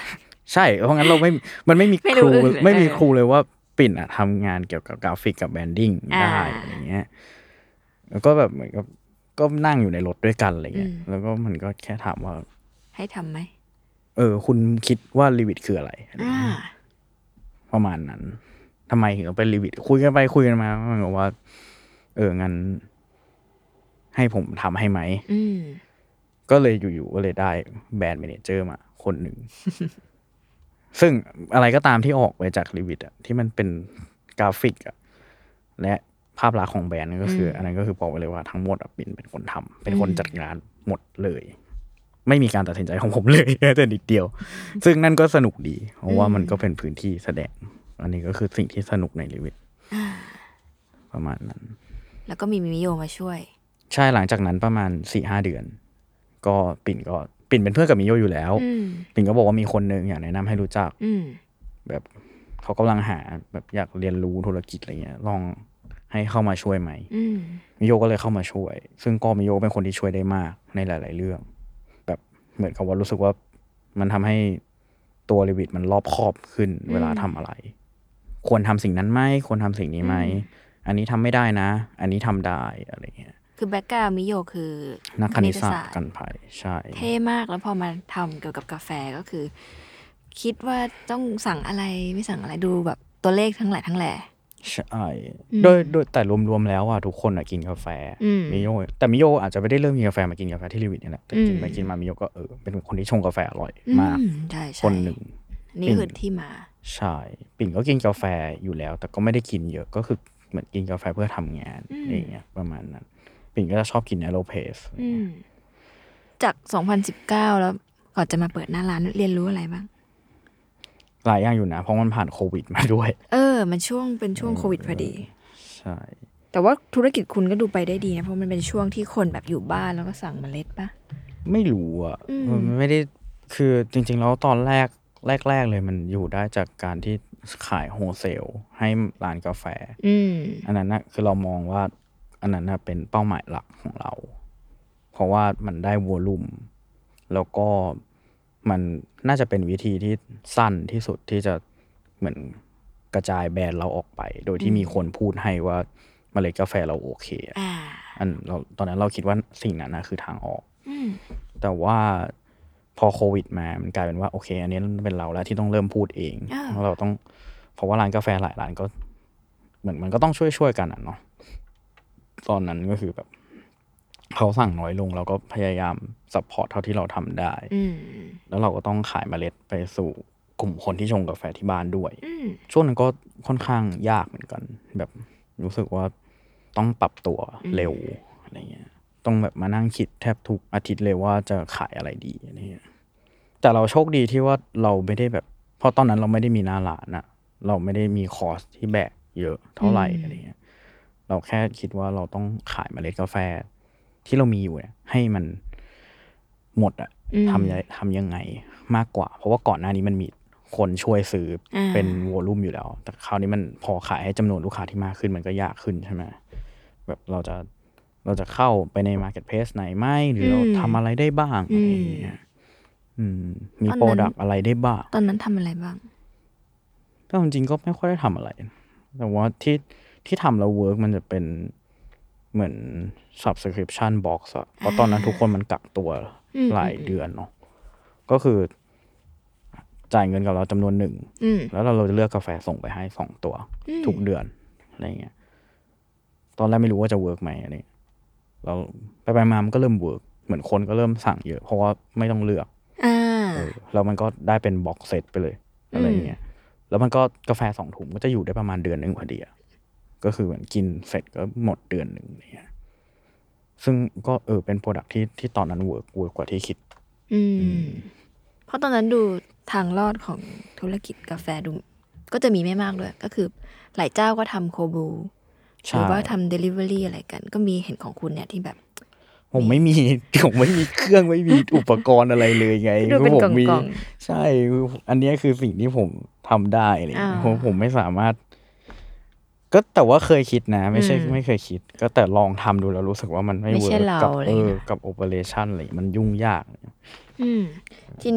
ใช่เพราะงั้นเราไม่มันไม่มีไม่ครู้รูอื่นเลยไม่มีเออครูเลยว่าปิ่นอะทำงานเกี่ยวกับกราฟิกกับแบรนดิ้งอ่าได้อะไรเงี้ยแล้วก็แบบเหมือนกับก็นั่งอยู่ในรถด้วยกันอะไรเงี้ยอืมแล้วก็มันก็แค่ถามว่าให้ทำไหมเออคุณคิดว่าลีวิตคืออะไรอะไรอ่าเงี้ยประมาณนั้นทำไมถึงต้องเป็นลีวิตคุยกันไปคุยกันมามันบอกว่า เอองั้นให้ผมทำให้ไหมอืมก็เลยอยู่ๆก็เลยได้แบรนด์แมเนเจอร์มาคนหนึ่ง ซึ่งอะไรก็ตามที่ออกไปจากลีวิตอะที่มันเป็นกราฟิกอะและภาพลักษณ์ของแบรนด์นั่นก็คืออืมอันนั้นก็คือบอกไปเลยว่าทั้งหมดอะปิ่นเป็นคนทำเป็นคนจัดงานหมดเลย ไม่มีการตัดสินใจของผมเลย แม้แต่นิดเดียว ซึ่งนั่นก็สนุกดี เพราะว่ามันก็เป็นพื้นที่แสดง อันนี้ก็คือสิ่งที่สนุกในลีวิตประมาณนั้นแล้วก็มีมิโยมาช่วยใช่หลังจากนั้นประมาณสี่ห้าเดือน ก็ปิ่นก็ปิ่นเป็นเพื่อนกับมิโยอยู่แล้วอืมปิ่นก็บอกว่ามีคนหนึ่งอยากแนะนำให้รู้จักอืมแบบเขากำลังหาแบบอยากเรียนรู้ธุรกิจอะไรเงี้ยลองให้เข้ามาช่วยไหมอืมมิโยก็เลยเข้ามาช่วย ซึ่งก็มิโยเป็นคนที่ช่วยได้มากในหลาย ๆ เรื่อง แบบเหมือนกับว่ารู้สึกว่ามันทำให้ตัวรีวิตมันรอบคอบขึ้นเวลาทำอะไร ควรทำสิ่งนั้นไหมควรทำสิ่งนี้ไหมอันนี้ทำไม่ได้นะ อันนี้ทำได้อะไรเงี้ยคือแบ็กกราวด์มิโยคือนักคณิตศาสตร์กันภัยใช่เท่มากแล้วพอมาทำเกี่ยวกับกาแฟก็คือ คิดว่าต้องสั่งอะไรไม่สั่งอะไรดูแบบตัวเลขทั้งหลายทั้งแหล่ใช่โดยโดยแต่รวมๆแล้วอ่ะทุกคนอ่ะกินกาแฟอืมมิโยแต่มิโยอาจจะไม่ได้เริ่มกินกาแฟมากินกาแฟที่ลิวิตนี่แหละแต่กินอืมไปกินมามิโยก็เออเป็นคนที่ชงกาแฟอร่อยมากอืใช่ใช่คนหนึ่งนี่คือที่มาใช่ปิ่นก็กินกาแฟอยู่แล้ว แต่ก็ไม่ได้กินเยอะก็คือเหมือนกินกาแฟเพื่อทำงานอะไรอย่างเงี้ยประมาณนั้นปิ่นก็จะชอบกินแอโรเพสอืมจากสองพันสิบเก้าแล้วก่อนจะมาเปิดหน้าร้านเรียนรู้อะไรบ้างหลายอย่างอยู่นะเพราะมันผ่านโควิดมาด้วยเออ มันช่วงเป็นช่วงโควิดพอดีใช่แต่ว่าธุรกิจคุณก็ดูไปได้ดีนะเพราะมันเป็นช่วงที่คนแบบอยู่บ้านแล้วก็สั่งเมล็ดปะไม่รู้อ่ะอืมมันไม่ได้คือจริงๆแล้วตอนแรกแรกๆเลยมันอยู่ได้จากการที่ขายโฮเซลให้ร้านกาแฟอืมอันนั้นนะคือเรามองว่าอันนั้นนะเป็นเป้าหมายหลักของเรา เพราะว่ามันได้วอลลุ่มแล้วก็มันน่าจะเป็นวิธีที่สั้นที่สุดที่จะเหมือนกระจายแบรนด์เราออกไป โดยที่มีคนพูดให้ว่าเมล็ดกาแฟเราโอเคอะอ่าอันเราตอนนั้นเราคิดว่าสิ่งนั้นนะคือทางออกอืมแต่ว่าพอโควิดมามันกลายเป็นว่าโอเค อันนี้เป็นเราแล้วที่ต้องเริ่มพูดเองอ่าเพราะเราต้องเพราะว่าร้านกาแฟหลายร้านก็เหมือนมันก็ต้องช่วยช่วยๆกันอ่ะเนาะตอนนั้นก็คือแบบเขาสั่งน้อยลงเราก็พยายามซัพพอร์ตเท่าที่เราทำได้อืมแล้วเราก็ต้องขายเมล็ดไปสู่กลุ่มคนที่ชงกาแฟที่บ้านด้วยอืมช่วงนั้นก็ค่อนข้างยากเหมือนกัน แบบรู้สึกว่าต้องปรับตัวเร็วอะไรเงี้ยต้องแบบมานั่งคิดแทบทุกอาทิตย์เลยว่าจะขายอะไรดีอะไรเงี้ยแต่เราโชคดีที่ว่าเราไม่ได้แบบเพราะตอนนั้นเราไม่ได้มีหน้าร้านอะเราไม่ได้มีคอสที่แบกเยอะเท่าไหร่อะไรเงี้ยเราแค่คิดว่าเราต้องขายเมล็ดกาแฟที่เรามีอยู่เนี่ยให้มันหมดอะอืมทำยังทำยังไงมากกว่า เพราะว่าก่อนหน้านี้มันมีคนช่วยซื้ออา เป็นวอลลุ่มอยู่แล้ว แต่คราวนี้มันพอขายให้จำนวนลูกค้าที่มากขึ้นมันก็ยากขึ้นใช่ไหมแบบเราจะเราจะเข้าไปใน Marketplace ไหนไหมหรือเราทำอะไรได้บ้างอะไรอย่างเงี้ยอืมมีตอนนั้นโปรดักต์อะไรได้บ้างตอนนั้นทำอะไรบ้างก็จริงๆก็ไม่ค่อยได้ทำอะไร แต่ว่าที่ที่ทำแล้วเวิร์กมันจะเป็นเหมือน subscription box อะเพราะตอนนั้นทุกคนมันกักตัวอืมหลายเดือนเนาะก็คือจ่ายเงินกับเราจำนวนหนึ่งอืมแล้วเราเราจะเลือกกาแฟส่งไปให้สองตัวอืมทุกเดือนอะไรเงี้ยตอนแรกไม่รู้ว่าจะเวิร์กไหมอะไรเงี้ยเราไปไปมามันก็เริ่มเวิร์กเหมือนคนก็เริ่มสั่งเยอะเพราะว่าไม่ต้องเลือกอ่าเออแล้วมันก็ได้เป็นบ็อกเซตไปเลยอะไรเงี้ยแล้วมันก็กาแฟสองถุงก็จะอยู่ได้ประมาณเดือนหนึ่งพอดีอะก็คือเหมือนกินเสร็จก็หมดเดือนหนึ่งอะไรเงี้ยซึ่งก็เออเป็นโปรดักที่ที่ตอนนั้นเวิร์กเวิร์กกว่าที่คิดอืม เพราะตอนนั้นดูทางรอดของธุรกิจกาแฟดู ก็จะมีไม่มากด้วย ก็คือหลายเจ้าก็ทำโคบูหใช่รือว่าทำเดลิเวอรี่อะไรกัน ก็มีเห็นของคุณเนี่ยที่แบบผมไม่มี ผมไม่มีเครื่องไม่มีอุปกรณ์อะไรเลยไงดูเป็นคือผมกล่องๆมีใช่คืออันเนี้ยคือสิ่งที่ผมทำได้อะไรเลยอ่าเพราะผมไม่สามารถ ก็แต่ว่าเคยคิดนะ ไม่ใช่อืมไม่เคยคิด ก็แต่ลองทำดูแล้วรู้สึกว่ามันไม่ไม่เวิใช่ร์กเรากับอะไรเออนะกับโอเปอเรชั่นอะไรมันยุ่งยากอืม ทีนี้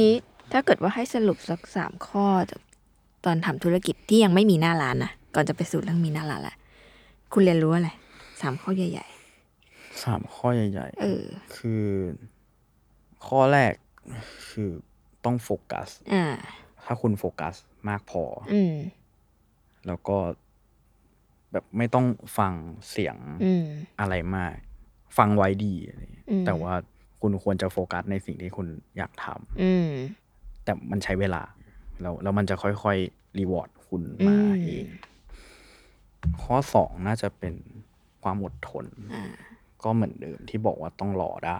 ถ้าเกิดว่าให้สรุปสักสามข้อจากตอนทำธุรกิจที่ยังไม่มีหน้าร้านนะก่อนจะไปสู่เรื่องมีหน้าร้านละคุณเรียนรู้อะไรสามข้อใหญ่ๆสามข้อใหญ่ๆเออคือข้อแรกคือต้องโฟกัสอ่าถ้าคุณโฟกัสมากพออืมแล้วก็แบบไม่ต้องฟังเสียงอะไรมากฟังไว้ดีแต่ว่าคุณควรจะโฟกัสในสิ่งที่คุณอยากทำแต่มันใช้เวลาแล้วแล้วมันจะค่อยๆรีวอร์ดคุณมาเองข้อสองน่าจะเป็นความอดทนก็เหมือนเดิมที่บอกว่าต้องรอได้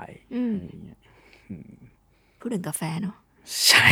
พูดถึงกาแฟเนาะใช่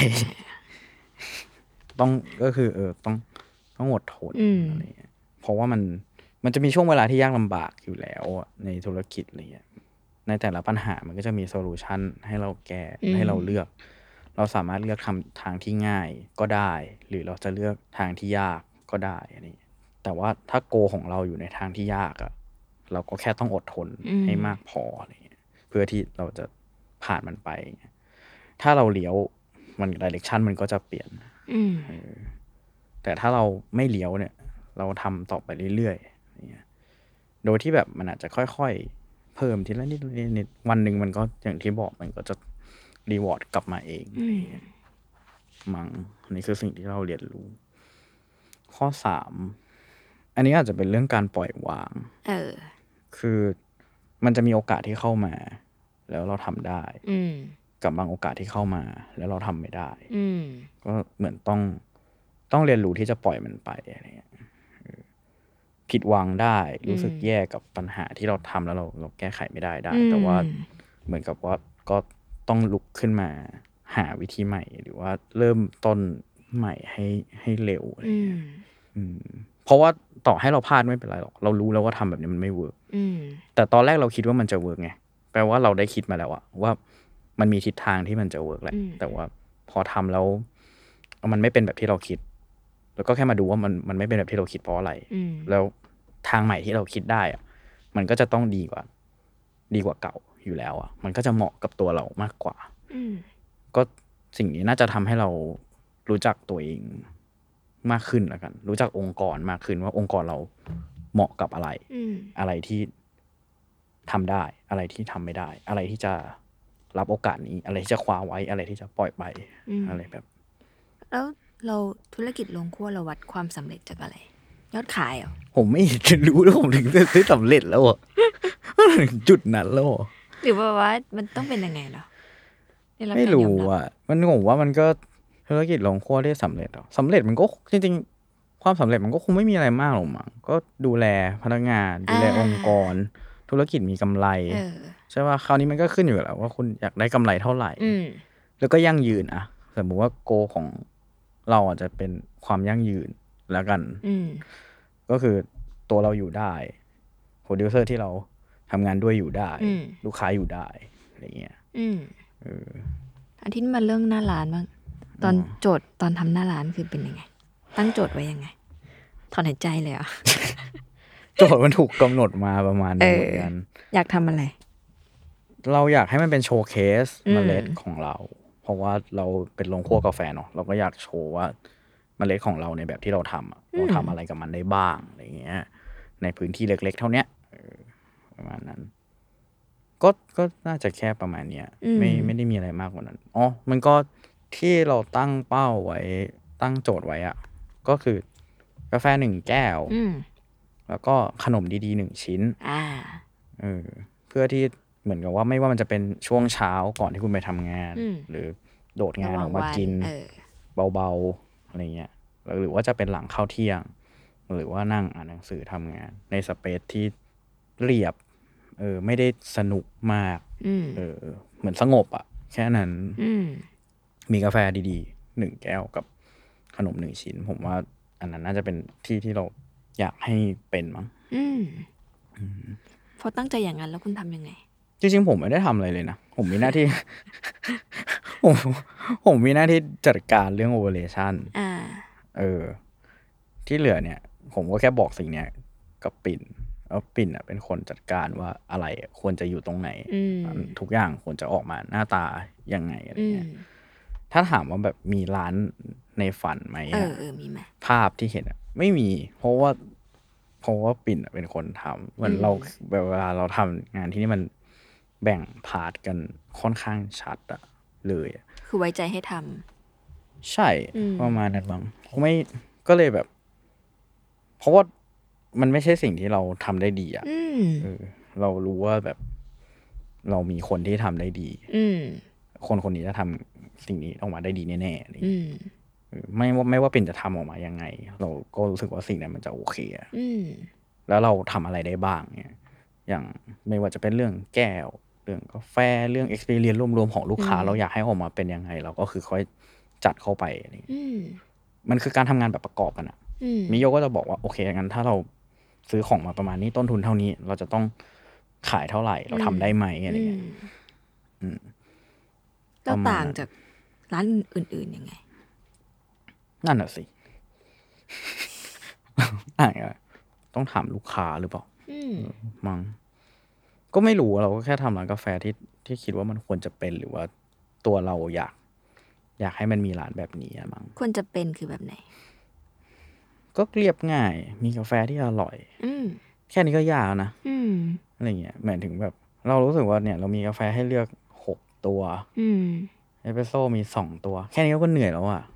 ต้องก็คือเออต้องต้องอดทนอะไรเงี้ยเพราะว่ามันมันจะมีช่วงเวลาที่ยากลำบากอยู่แล้วในธุรกิจอะไรเงี้ยในแต่ละปัญหามันก็จะมีโซลูชันให้เราแก้ให้เราเลือกเราสามารถเลือกทำทางที่ง่ายก็ได้หรือเราจะเลือกทางที่ยากก็ได้อะไรเงี้ยแต่ว่าถ้าโกของเราอยู่ในทางที่ยากอะเราก็แค่ต้องอดทนให้มากพออะไรเงี้ยเพื่อที่เราจะผ่านมันไปถ้าเราเลี้ยวมันไดเรคชั่นมันก็จะเปลี่ยนแต่ถ้าเราไม่เลี้ยวเนี่ยเราทำต่อไปเรื่อยๆโดยที่แบบมันอาจจะค่อยๆเพิ่มทีละนิดนิดวันหนึ่งมันก็อย่างที่บอกมันก็จะรีวอร์ดกลับมาเองมั้งนี่คือสิ่งที่เราเรียนรู้ข้อสามอันนี้อาจจะเป็นเรื่องการปล่อยวางเออคือมันจะมีโอกาสที่เข้ามาแล้วเราทำได้กับบางโอกาสที่เข้ามาแล้วเราทำไม่ได้ก็เหมือนต้องต้องเรียนรู้ที่จะปล่อยมันไปอะไรเงี้ยผิดหวังได้รู้สึกแย่กับปัญหาที่เราทำแล้วเราเราแก้ไขไม่ได้ได้แต่ว่าเหมือนกับว่าก็ต้องลุกขึ้นมาหาวิธีใหม่หรือว่าเริ่มต้นใหม่ให้ให้เร็วอะไรเงี้ยเพราะว่าต่อให้เราพลาดไม่เป็นไรหรอกเรารู้แล้วว่าทำแบบนี้มันไม่เวิร์กแต่ตอนแรกเราคิดว่ามันจะเวิร์กไงแปลว่าเราได้คิดมาแล้วอะว่ามันมีทิศทางที่มันจะเวิร์กแหละแต่ว่าพอทำแล้วมันไม่เป็นแบบที่เราคิดแล้วก็แค่มาดูว่ามันมันไม่เป็นแบบที่เราคิดเพราะอะไรแล้วทางใหม่ที่เราคิดได้อะมันก็จะต้องดีกว่าดีกว่าเก่าอยู่แล้วอะมันก็จะเหมาะกับตัวเรามากกว่าก็สิ่งนี้น่าจะทำให้เรารู้จักตัวเองมากขึ้นแล้วกันรู้จักองค์กรมากขึ้นว่าองค์กรเราเหมาะกับอะไรอะไรที่ทำได้อะไรที่ทำไม่ได้อะไรที่จะรับโอกาสนี้อะไรที่จะคว้าไว้อะไรที่จะปล่อยไปอะไรแบบแล้วเราธุรกิจโรงครัวเราวัดความสำเร็จจากอะไรยอดขายเหรอผมไม่รู้แล้วผมถึงได้สำเร็จแล้วอ่ะถึงจุดนั้นแล้วหรือว่าว่ามันต้องเป็นยังไงเหรอไม่รู้อ่ะมันงงว่ามันก็ธุรกิจโรงครัวได้สำเร็จหรอสำเร็จมันก็จริงๆความสำเร็จมันก็คงไม่มีอะไรมากหรอกมั้งก็ดูแลพนักงานดูแลองค์กรธุรกิจมีกำไรใช่ป่ะคราวนี้มันก็ขึ้นอยู่แล้วว่าคุณอยากได้กำไรเท่าไหร่แล้วก็ยั่งยืนอ่ะสมมติว่าโกของเราอาจจะเป็นความยั่งยืนแล้วกันก็คือตัวเราอยู่ได้โปรดิวเซอร์ที่เราทำงานด้วยอยู่ได้ลูกค้าอยู่ได้อะไรเงี้ยเอออันที่มาเรื่องหน้าร้านบ้างตอนโจทย์ตอนทำหน้าร้านคือเป็นยังไงตั้งโจทย์ไว้ยังไงถอนหายใจเลยอ่ะโจทย์มันถูกกำหนดมาประมาณนี้เหมือนกันอยากทำอะไรเราอยากให้มันเป็นโชว์เคสเมล็ดของเราเพราะว่าเราเป็นโรงคั่วกาแฟเนาะเราก็อยากโชว์ว่าเมล็ดของเราในแบบที่เราทำเราทำอะไรกับมันได้บ้างอะไรเงี้ยในพื้นที่เล็กๆเท่านี้ประมาณนั้นก็ก็น่าจะแค่ประมาณเนี้ยไม่ไม่ได้มีอะไรมากกว่านั้นอ๋อมันก็ที่เราตั้งเป้าไว้ตั้งโจทย์ไว้อะก็คือกาแฟหนึ่งแก้วแล้วก็ขนมดีๆหนึ่งชิ้นเออเพื่อที่เหมือนกับว่าไม่ว่ามันจะเป็นช่วงเช้าก่อนที่คุณไปทำงานหรือโดดงานออกมากินเบาๆอะไรเงี้ยหรือว่าจะเป็นหลังเข้าเที่ยงหรือว่านั่งอ่านหนังสือทำงานในสเปซที่เรียบเออไม่ได้สนุกมากเออเหมือนสงบอ่ะแค่นั้นมีกาแฟดีๆหนึ่งแก้วกับขนมหนึ่งชิ้นผมว่าอันนั้นน่าจะเป็นที่ที่เราอยากให้เป็นมั้งพอตั้งใจอย่างนั้นแล้วคุณทำยังไงจริงๆผมไม่ได้ทำอะไรเลยนะผมมีหน้าที่ ผมผมมีหน้าที่จัดการเรื่องโอเปอเรชั่นเออที่เหลือเนี่ยผมก็แค่บอกสิ่งเนี้ยกับปิ่นแล้วปิ่นอ่ะเป็นคนจัดการว่าอะไรควรจะอยู่ตรงไหนทุกอย่างควรจะออกมาหน้าตายังไงอะไรเงี้ยถ้าถามว่าแบบมีร้านในฝันไหมเออะอเออมีไหมภาพที่เห็นอะไม่มี เพราะว่าเพราะว่าปิ่นอะเป็นคนทำเหมือนอืมเราแบบเวลาเราทำงานที่นี่มันแบ่งพาร์ทกันค่อนข้างชัดอะเลยอะคือไว้ใจให้ทำใช่อืมประมาณนั้นบ้างไม่ก็เลยแบบ เพราะว่ามันไม่ใช่สิ่งที่เราทำได้ดีอะอืมเออ เรารู้ว่าแบบ เรามีคนที่ทำได้ดีอืมคนคนนี้จะทำสิ่งนี้ออกมาได้ดีแน่ๆอะไรอย่างอืเงี้ยมเออไม่ว่าไม่ว่าปิ่นจะทำออกมายังไง เราก็รู้สึกว่าสิ่งนั้นมันจะโอเคอะอืมแล้วเราทำอะไรได้บ้างเนี่ยอย่างไม่ว่าจะเป็นเรื่องแก้ว เรื่องกาแฟ เรื่อง experience รวมๆของลูกค้า เราอยากให้ออกมาเป็นยังไง เราก็คือค่อยจัดเข้าไปอะไรอย่างเงี้ยอืมมันคือการทำงานแบบประกอบกันอะอืมมิโยก็จะบอกว่าโอเคงั้นถ้าเราซื้อของมาประมาณนี้ต้นทุนเท่านี้ เราจะต้องขายเท่าไหร่ เราทำได้ไหมอะไรเงี้ย อืมแล้วประมาณต่างนั้นจากร้านอื่นๆยังไงนั่นน่ะสิ ต่างยังไงต้องถามลูกค้าหรือเปล่าอืมมั้งก็ไม่รู้เราก็แค่ทำร้านกาแฟที่ที่คิดว่ามันควรจะเป็นหรือว่าตัวเราอยาก อยากให้มันมีร้านแบบนี้อะมั้งควรจะเป็นคือแบบไหนก็เรียบง่าย มีกาแฟที่อร่อยอืมแค่นี้ก็ยากแล้วนะอืมอะไรเงี้ยหมายถึงแบบ เรารู้สึกว่าเนี่ย เรามีกาแฟให้เลือกหกตัวอืมเอสเปรสโซ่มีสองตัว แค่นี้ก็เหนื่อยแล้วอ่ะ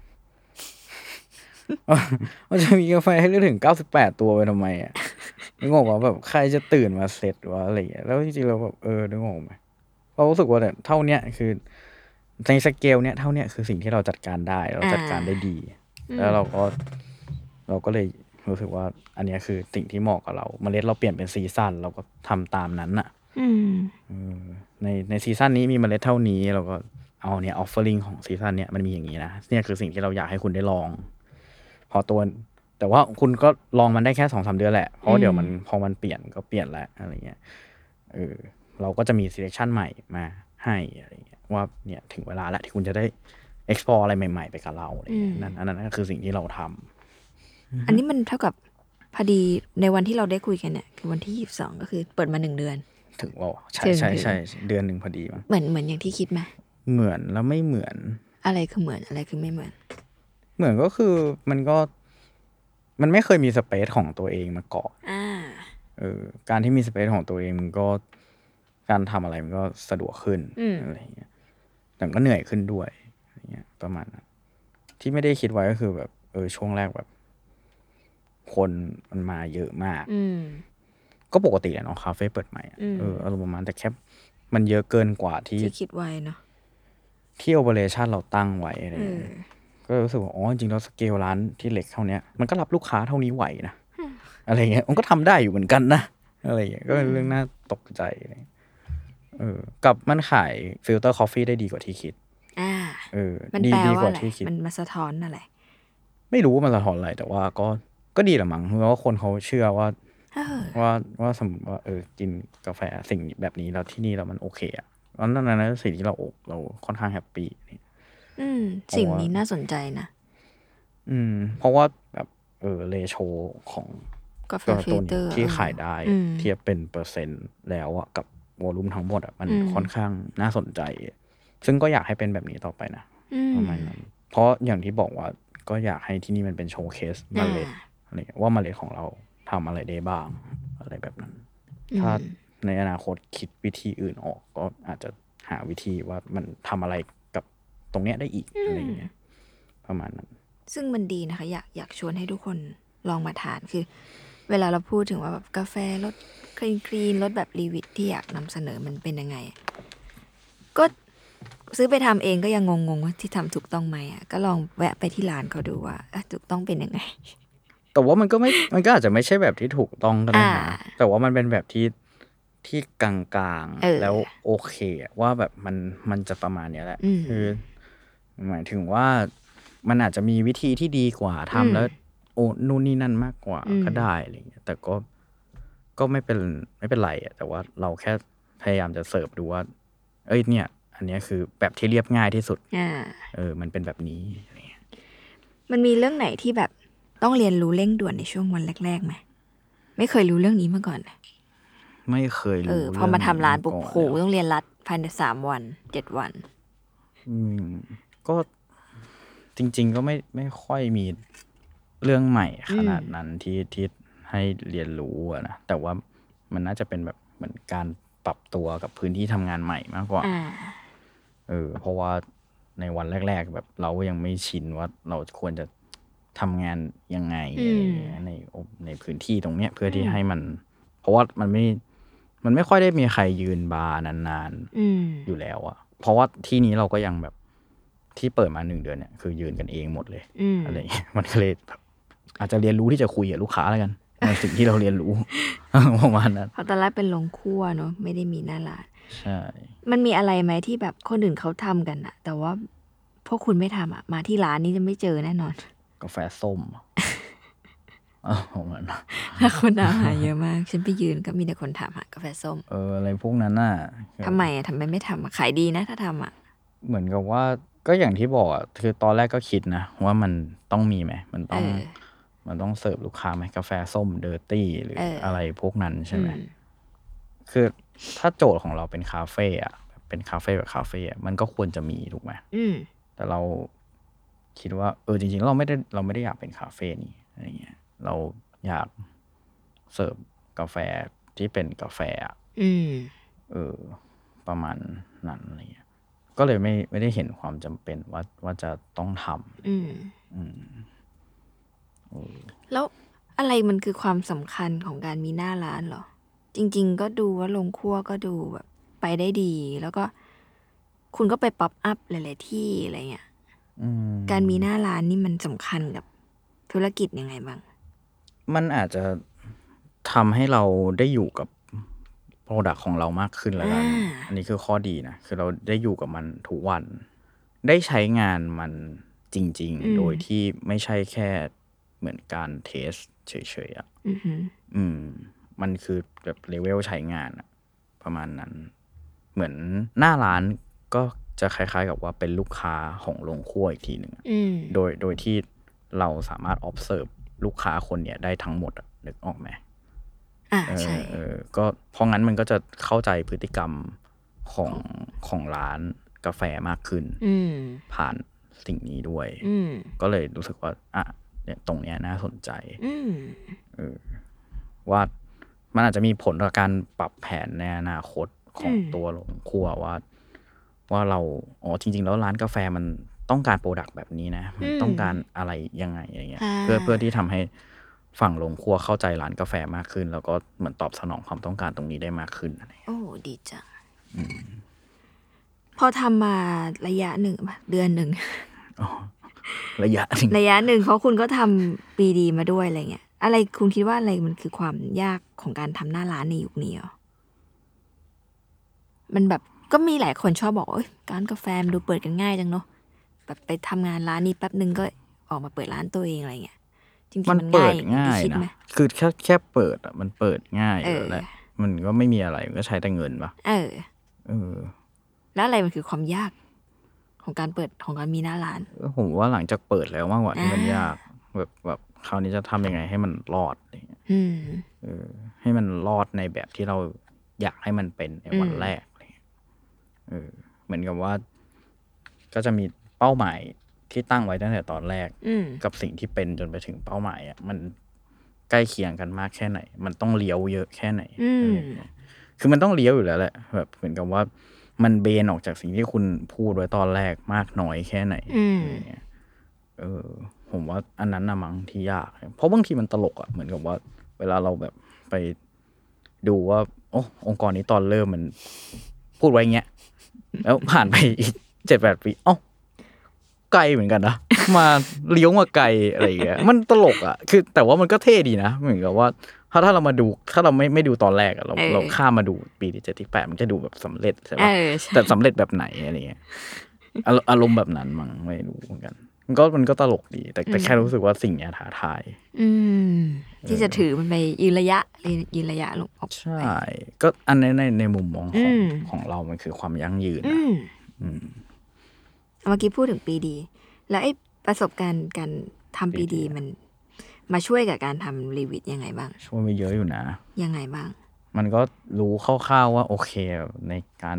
มันจะมีกาแฟให้เลือกถึงเก้าสิบแปดตัวไปทำไมอ่ะ นึกออกว่าแบบใครจะตื่นมาเซตวะอะไรเงี้ยแล้วจริงๆเราแบบเออนึกออกไหมเรารู้สึกว่าเนี่ยเท่าเนี้ยคือในสเกลเนี้ยเท่าเนี้ยคือสิ่งที่เราจัดการได้ เราจัดการได้ดี แล้วเราก็เราก็เลยรู้สึกว่า อันเนี้ยคือสิ่งที่เหมาะกับเราเมล็ดเราเปลี่ยนเป็นซีซั่นเราก็ทำตามนั้นอ่ะอืมเออในในซีซั่นนี้มีเมล็ดเท่านี้เราก็เอาเนี่ยออฟเฟอร์ลิงของซีซั่นเนี้ยมันมีอย่างนี้นะเนี่ยคือสิ่งที่เราอยากให้คุณได้ลอง พอตัวแต่ว่าคุณก็ลองมันได้แค่สองสามเดือนแหละเพราะเดี๋ยวมันพอมันเปลี่ยนก็เปลี่ยนแล้วอะไรเงี้ยเออเราก็จะมี selection ใหม่มาให้อะไรเงี้ยว่าเนี่ยถึงเวลาแล้วที่คุณจะได้ explore อะไรใหม่ๆไปกับเราอะไรเงี้ยนั่นอันนั้นก็คือสิ่งที่เราทำอันนี้มันเท่ากับพอดีในวันที่เราได้คุยกันเนี่ยคือวันที่ยี่สิบสองก็คือเปิดมาหนึ่งเดือนถึงว่าใช่ถึงใช่ถึงใช่เดือนหนึ่งพอดีมั้งเหมือนเหมือนอย่างที่คิดไหมเหมือนแล้วไม่เหมือนอะไรคือเหมือนอะไรคือไม่เหมือนเหมือนก็คือมันก็มันไม่เคยมีสเปซของตัวเองมาก่อนอ่าเออการที่มีสเปซของตัวเองมันก็การทำอะไรมันก็สะดวกขึ้นอืมอะไรเงี้ยแต่ก็เหนื่อยขึ้นด้วยอะไรเงี้ยประมาณนั้นที่ไม่ได้คิดไว้ก็คือแบบ เออช่วงแรกแบบ คนมันมาเยอะมากอืมก็ปกติแหละเนาะคาเฟ่เปิดใหม่อะอืมเอออารมณ์ประมาณแต่แค่มันเยอะเกินกว่าที่ที่คิดไว้เนาะที่โอเปอเรชั่นเราตั้งไว้อะไรเอเงี้อยก็รู้สึกว่าอ๋อจริงๆแล้วสเกลร้านที่เล็กเท่าเนี้ยมันก็รับลูกค้าเท่านี้ไหวนะอะไรเงี้ยมันก็ทำได้อยู่เหมือนกันนะอะไรเงี้ยก็เป็นเรื่องน่าตกใจอะไรเงี้ยเออกับมันขายฟิลเตอร์คอฟฟี่ได้ดีกว่าที่คิดอ่าเออมันดีแปลดีว่ากว่าอะไรที่คิดมันมาสะท้อนอะไรไม่รู้ว่ามันสะท้อนอะไรแต่ว่าก็ก็ดีแหละมั้งเพราะว่าคนเขาเชื่อว่าเออว่าว่าสมมติว่าเออกินกาแฟสิ่งแบบนี้แล้วที่นี่แล้วมันโอเคอ่ะเพราะนั่นนั่นสิ่งที่เราเราค่อนข้างแฮปปี้อืม สิ่งนี้น่าสนใจนะอืม เพราะว่าแบบเออเรโชของกาแฟตัวฟิตัลวเตอนี้ร์ที่ขายได้อืมเทียบเป็นเปอร์เซ็นต์แล้วอะกับวอลลุ่มทั้งหมดอะมันอืมค่อนข้างน่าสนใจ ซึ่งก็อยากให้เป็นแบบนี้ต่อไปนะอืมประมาณนั้นเพราะอย่างที่บอกว่าก็อยากให้ที่นี่มันเป็นโชว์เคสเมล็ดอ่าอะไรเงี้ยว่าเมล็ดของเราทำอะไรได้บ้างอะไรแบบนั้น ถ้าในอนาคตคิดวิธีอื่นออก ก็อาจจะหาวิธีว่ามันทำอะไรกับตรงเนี้ยได้อีกอะไรเงี้ยประมาณนั้นซึ่งมันดีนะคะ อยากอยากชวนให้ทุกคนลองมาทานคือ เวลาเราพูดถึงว่าแบบกาแฟรสคลีนคลีนรสแบบรีวิทที่อยากนำเสนอมันเป็นยังไง ก็ซื้อไปทำเองก็ยังงงๆว่าที่ทำถูกต้องไหมอ่ะก็ลองแวะไปที่ร้านเขาดูว่าเอ๊ะถูกต้องเป็นยังไงแต่ว่ามันก็ไม่ มันก็อาจจะไม่ใช่แบบที่ถูกต้องก็ได้นะอ่าแต่ว่ามันเป็นแบบที่ที่กลางเออๆ แล้วโอเคอะว่าแบบมันมันจะประมาณเนี้ยแหละอืมคือหมายถึงว่ามันอาจจะมีวิธีที่ดีกว่าทำแล้ว โอ้นู่นนี่นั่นมากกว่าอืมก็ได้อะไรเงี้ยแต่ก็ก็ไม่เป็นไม่เป็นไรอะแต่ว่าเราแค่พยายามจะเสิร์ฟดูว่า เอ้ยเนี่ย อันเนี้ยคือแบบที่เรียบง่ายที่สุดอ่าเออ มันเป็นแบบนี้อะไรเงี้ยมันมีเรื่องไหนที่แบบต้องเรียนรู้เร่งด่วนในช่วงวันแรกๆไหมไม่เคยรู้เรื่องนี้มาก่อนเลยไม่เคยเอรู้อพอมาทำร้านปุ๊บเองโหก่อนเลยต้องเรียนรัดภายในสามวันเจ็ดวันอืมก็จริงๆก็ไม่ไม่ค่อยมีเรื่องใหม่ขนาดนั้นที่ที่ให้เรียนรู้อะนะแต่ว่ามันน่าจะเป็นแบบเหมือนการปรับตัวกับพื้นที่ทำงานใหม่มากกว่าเออเพราะว่าในวันแรกๆแบบเราก็ยังไม่ชินว่าเราควรจะทำงานยังไงในในพื้นที่ตรงเนี้ยเพื่อที่ให้มันเพราะว่ามันไม่มันไม่ค่อยได้มีใครยืนบาร์นานๆอยู่แล้วอะเพราะว่าที่นี้เราก็ยังแบบที่เปิดมาหนึ่งเดือนเนี่ยคือยืนกันเองหมดเลยอะไรอย่างเงี้ยมันก็เลยแบบอาจจะเรียนรู้ที่จะคุยกับลูกค้าแล้วกันในสิ่งที่เราเรียนรู้ประมาณนั้นเพราะตอนแรกเป็นโรงครัวเนาะไม่ได้มีหน้าร้านใช่มันมีอะไรไหมที่แบบคนอื่นเขาทำกันอะแต่ว่าพวกคุณไม่ทำอะมาที่ร้านนี้จะไม่เจอแน่นอนกาแฟส้มอ๋อประมาณนั้นคนถามหาเยอะมากฉันไปยืนก็มีแต่คนถามหากาแฟส้มเอออะไรพวกนั้นน่ะทำไมอะทำไมไม่ทำอะขายดีนะถ้าทำอะเหมือนกับว่าก็อย่างที่บอกอ่ะคือตอนแรกก็คิดนะว่ามันต้องมีไหมมันต้องมันต้องเสิร์ฟลูกค้าไหมกาแฟส้มเดอร์ตี้หรืออะไรพวกนั้นใช่ไหมคือถ้าโจทย์ของเราเป็นคาเฟ่อะเป็นคาเฟ่แบบคาเฟ่อะมันก็ควรจะมีถูกไหมแต่เราคิดว่าเออจริงๆเราไม่ได้เราไม่ได้อยากเป็นคาเฟ่นี่อะไรเงี้ยเราอยากเสิร์ฟกาแฟที่เป็นกาแฟอ่ะเออประมาณนั้นอะไรเงี้ยก็เลยไม่ไม่ได้เห็นความจำเป็นว่าว่าจะต้องทำอืมอืมแล้วอะไรมันคือความสำคัญของการมีหน้าร้านเหรอจริงๆก็ดูว่าโรงครัวก็ดูแบบไปได้ดีแล้วก็คุณก็ไปป๊อปอัพหลายๆที่อะไรเงี้ยการมีหน้าร้านนี่มันสำคัญกับธุรกิจยังไงบ้างมันอาจจะทำให้เราได้อยู่กับโปรดักต์ของเรามากขึ้นแล้วกันอันนี้คือข้อดีนะคือเราได้อยู่กับมันทุกวันได้ใช้งานมันจริงๆโดยที่ไม่ใช่แค่เหมือนการเทสเฉยๆอ่ะอืมมันคือแบบเลเวลใช้งานอะประมาณนั้นเหมือนหน้าร้านก็จะคล้ายๆกับว่าเป็นลูกค้าของโรงครัวอีกทีหนึ่งโดยโดยที่เราสามารถ observe ลูกค้าคนเนี้ยได้ทั้งหมดนึกออกไหมอ่าใช่เออก็เพราะงั้นมันก็จะเข้าใจพฤติกรรมของของร้านกาแฟมากขึ้นผ่านสิ่งนี้ด้วยก็เลยรู้สึกว่าอ่ะเนี่ยตรงเนี้ยน่าสนใจเออว่ามันอาจจะมีผลต่อการปรับแผนในอนาคตของตัวโรงครัวว่าว่าเราอ๋อจริงๆแล้วร้านกาแฟมันต้องการโปรดักต์แบบนี้นะมันต้องการอะไรยังไงอย่างเงี้ยเพื่อเพื่อที่ทำให้ฝั่งโรงครัวเข้าใจร้านกาแฟมากขึ้นแล้วก็เหมือนตอบสนองความต้องการตรงนี้ได้มากขึ้นอะไรโอ้ดีจังพอทำมาระยะหนึ่งเดือนหนึ่งระยะหนึ่งระยะหนึ่งเพราะคุณก็ทำปีดีมาด้วยอะไรเงี้ยอะไรคุณคิดว่าอะไรมันคือความยากของการทำหน้าร้านในยุคนี้อ่ะมันแบบก็มีหลายคนชอบบอกว่าร้านกาแฟมันดูเปิดกันง่ายจังเนาะแบบไปทำงานร้านนี้แป๊บนึงก็ออกมาเปิดร้านตัวเองอะไรเงี้ยจริงๆมันเปิดง่ายนะคือแค่แค่เปิดอ่ะมันเปิดง่ายอยู่แล้วมันก็ไม่มีอะไรมันก็ใช้แต่เงินป่ะเออเออแล้วอะไรมันคือความยากของการเปิดของการมีหน้าร้านผมว่าหลังจากเปิดแล้วมากกว่าที่มันยากแบบแบบคราวนี้จะทำยังไงให้มันรอดอืมเออให้มันรอดในแบบที่เราอยากให้มันเป็นในวันแรกเออเหมือนกับว่าก็จะมีเป้าหมายที่ตั้งไว้ตั้งแต่ตอนแรกกับสิ่งที่เป็นจนไปถึงเป้าหมายอ่ะมันใกล้เคียงกันมากแค่ไหนมันต้องเลี้ยวเยอะแค่ไหนคือมันต้องเลี้ยวอยู่แล้วแหละแบบเหมือนกับว่ามันเบนออกจากสิ่งที่คุณพูดไว้ตอนแรกมากน้อยแค่ไหนเออผมว่าอันนั้นน่ะมั้งที่ยากเพราะบางทีมันตลกอ่ะเหมือนกับว่าเวลาเราแบบไปดูว่าโอ้องค์กรนี้ตอนเริ่มมันพูดไว้เงี้ยแล้วผ่านไปอีกเจ็ดแปดปีเอ้าไกลเหมือนกันนะมาเลี้ยวมาไกลอะไรอย่างเงี้ยมันตลกอ่ะคือแต่ว่ามันก็เท่ดีนะเหมือนกับว่าถ้าถ้าเรามาดูถ้าเราไม่ไม่ดูตอนแรกอ่ะเราเราข้ามมาดูปีที่เจ็ดที่แปดมันจะดูแบบสำเร็จใช่ป่ะแต่สำเร็จแบบไหนอะไรเงี้ยอารมณ์แบบนั้นมั้งไม่รู้เหมือนกันมันก็มันก็ตลกดีแต่แต่แค่รู้สึกว่าสิ่งนี้ท้าทายที่จะถือมันไปยืนระยะยืนระยะลงออกใช่ก็อันในในในมุมมองของของเรามันคือความยั่งยืนนะเมื่อกี้พูดถึงปีดีแล้วไอ้ประสบการณ์การทำปีดีมันมาช่วยกับการทำรีวิวยังไงบ้างช่วยไปเยอะอยู่นะยังไงบ้างมันก็รู้คร่าวๆว่าโอเคในการ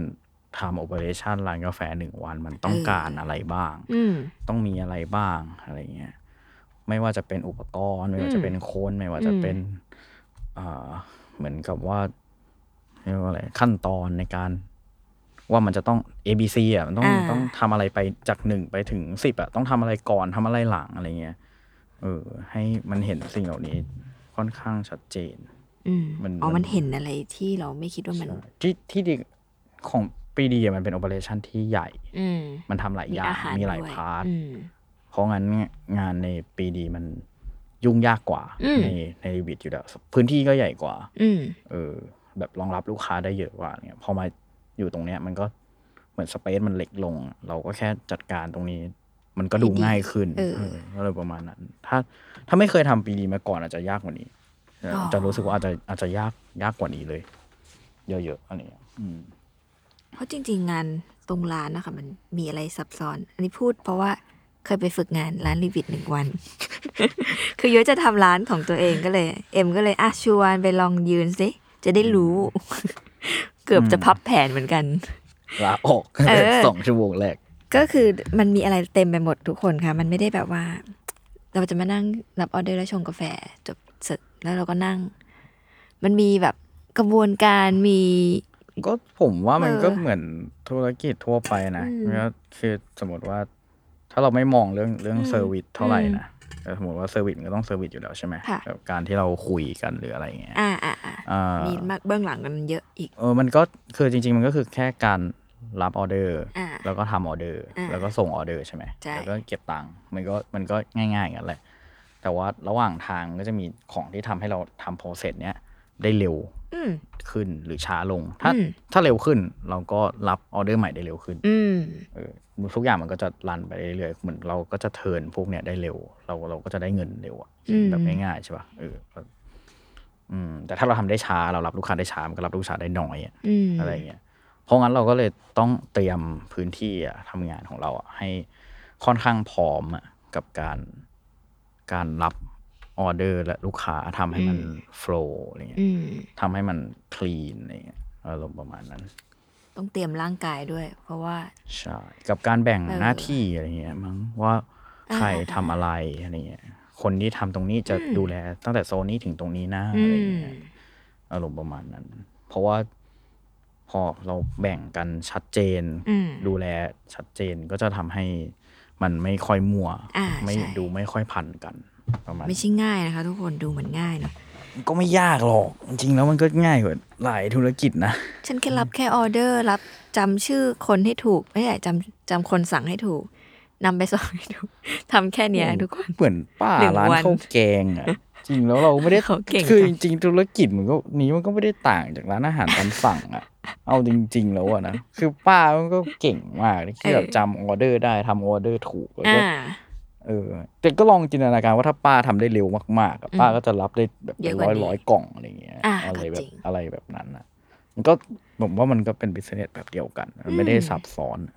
ทำโอเปอเรชั่นร้านกาแฟหนึ่งวันมันต้องการอะไรบ้างต้องมีอะไรบ้างอะไรเงี้ยไม่ว่าจะเป็นอุปกรณ์ไม่ว่าจะเป็นคนไม่ว่าจะเป็นอ่าเหมือนกับว่าเรียกว่าอะไรขั้นตอนในการว่ามันจะต้อง เอ บี ซี อ่ะมันต้องต้องทำอะไรไปจากหนึ่งไปถึงสิบอ่ะต้องทำอะไรก่อนทำอะไรหลังอะไรเงี้ยเออให้มันเห็นสิ่งเหล่านี้ค่อนข้างชัดเจนมันอ๋อมันเห็นอะไรที่เราไม่คิดว่ามันที่ที่ดีของปีดีมันเป็นโอเปอเรชั่นที่ใหญ่มันทำหลายอย่างมีหลายพาร์ทเพราะงั้นงานในปีดีมันยุ่งยากกว่าในในรีวิทอยู่แล้วพื้นที่ก็ใหญ่กว่าเออแบบรองรับลูกค้าได้เยอะกว่าเนี่ยพอมาอยู่ตรงเนี้ยมันก็เหมือนสเปซมันเล็กลงเราก็แค่จัดการตรงนี้มันก็ดูง่ายขึ้นก็เลยประมาณนั้นถ้าถ้าไม่เคยทำปีดีมาก่อนอาจจะยากกว่านี้จะรู้สึกว่าอาจจะอาจจะยากยากกว่านี้เลยเยอะๆอันนี้เพราะจริงๆงานตรงร้านนะคะมันมีอะไรซับซ้อนอันนี้พูดเพราะว่าเคยไปฝึกงานร้านรีวิทหนึ่งวัน คือย้อยจะทำร้านของตัวเองก็เลยเอ็มก็เลยอ่ะชวนไปลองยืนสิจะได้รู้ เกือบจะพับแผนเหมือนกันลาออกสองชั่วโมงแรกก็คือมันมีอะไรเต็มไปหมดทุกคนค่ะมันไม่ได้แบบว่าเราจะมานั่งรับออเดอร์แล้วชงกาแฟจบเสร็จแล้วเราก็นั่งมันมีแบบกระบวนการมีก็ผมว่ามันก็เหมือนธุรกิจทั่วไปนะก็คือสมมติว่าถ้าเราไม่มองเรื่องเรื่องเซอร์วิสเท่าไหร่นะแต่สมมติว่าเซอร์วิสมันก็ต้องเซอร์วิสอยู่แล้วใช่ไหมแบบการที่เราคุยกันหรืออะไรเงี้ยอ่าอ่าอ่ามีเบื้องหลังกันเยอะอีกเออมันก็คือจริงๆมันก็คือแค่การรับออเดอร์แล้วก็ทำออเดอร์แล้วก็ส่งออเดอร์ใช่ไหมแล้วก็เก็บตังค์มันก็มันก็ง่ายๆอย่างนั้นแหละแต่ว่าระหว่างทางก็จะมีของที่ทำให้เราทำโปรเซสเนี้ยได้เร็วขึ้นหรือช้าลงถ้าถ้าเร็วขึ้นเราก็รับออเดอร์ใหม่ได้เร็วขึ้นเออทุกอย่างมันก็จะรันไปเรื่อยๆเหมือนเราก็จะเทิร์นพวกเนี้ยได้เร็วเราเราก็จะได้เงินเร็วอ่ะแบบง่ายๆใช่ป่ะเอออืมแต่ถ้าเราทำได้ช้าเรารับลูกค้าได้ช้ามันก็รับลูกค้าได้น้อยอ่ะอะไรเงี้ยเพราะงั้นเราก็เลยต้องเตรียมพื้นที่อ่ะทำงานของเราอ่ะให้ค่อนข้างพร้อมอ่ะกับการการรับออเดอร์และลูกค้าทำให้มันโฟลว์อะไรเงี้ยทำให้มันคลีนอะไรเงี้ยอารมณ์ประมาณนั้นต้องเตรียมร่างกายด้วยเพราะว่าใช่กับการแบ่งหน้าที่อะไรเงี้ยมั้งว่าใครทำอะไรอะไรเงี้ยคนที่ทำตรงนี้จะดูแลตั้งแต่โซนนี้ถึงตรงนี้นะอะไรเงี้ยอารมณ์ประมาณนั้นเพราะว่าพอเราแบ่งกันชัดเจนดูแลชัดเจนก็จะทำให้มันไม่ค่อยมั่วไม่ดูไม่ค่อยพันกันประมาณไม่ใช่ง่ายนะคะทุกคนดูเหมือนง่ายเนาะก็ไม่ยากหรอกจริงๆแล้วมันก็ง่ายกว่าหลายธุรกิจนะฉันแค่รับแค่ออเดอร์รับจำชื่อคนให้ถูกไม่ใช่จำจำคนสั่งให้ถูกนำไปส่งให้ถูกทำแค่นี้ทุกคนเหมือนป้าร้านข้าวแกงอ่ะจริงแล้วเราไม่ได้คือจริงๆธุรกิจมันก็นี้มันก็ไม่ได้ต่างจากร้านอาหารตามสั่งอ่ะเอาจริงๆแล้วอ่ะนะคือป้ามันก็เก่งมากที่แบบจำออเดอร์ได้ทำออเดอร์ถูกแล้วก็เออแต่ก็ลองจินตนาการว่าถ้าป้าทำได้เร็วมากๆป้าก็จะรับได้แบบเป็นร้อยร้อยกล่องอะไรเงี้ยอะไรแบบอะไรแบบนั้นนะมันก็ผมว่ามันก็เป็นบิสเนสแบบเดียวกันมันไม่ได้ซับซ้อน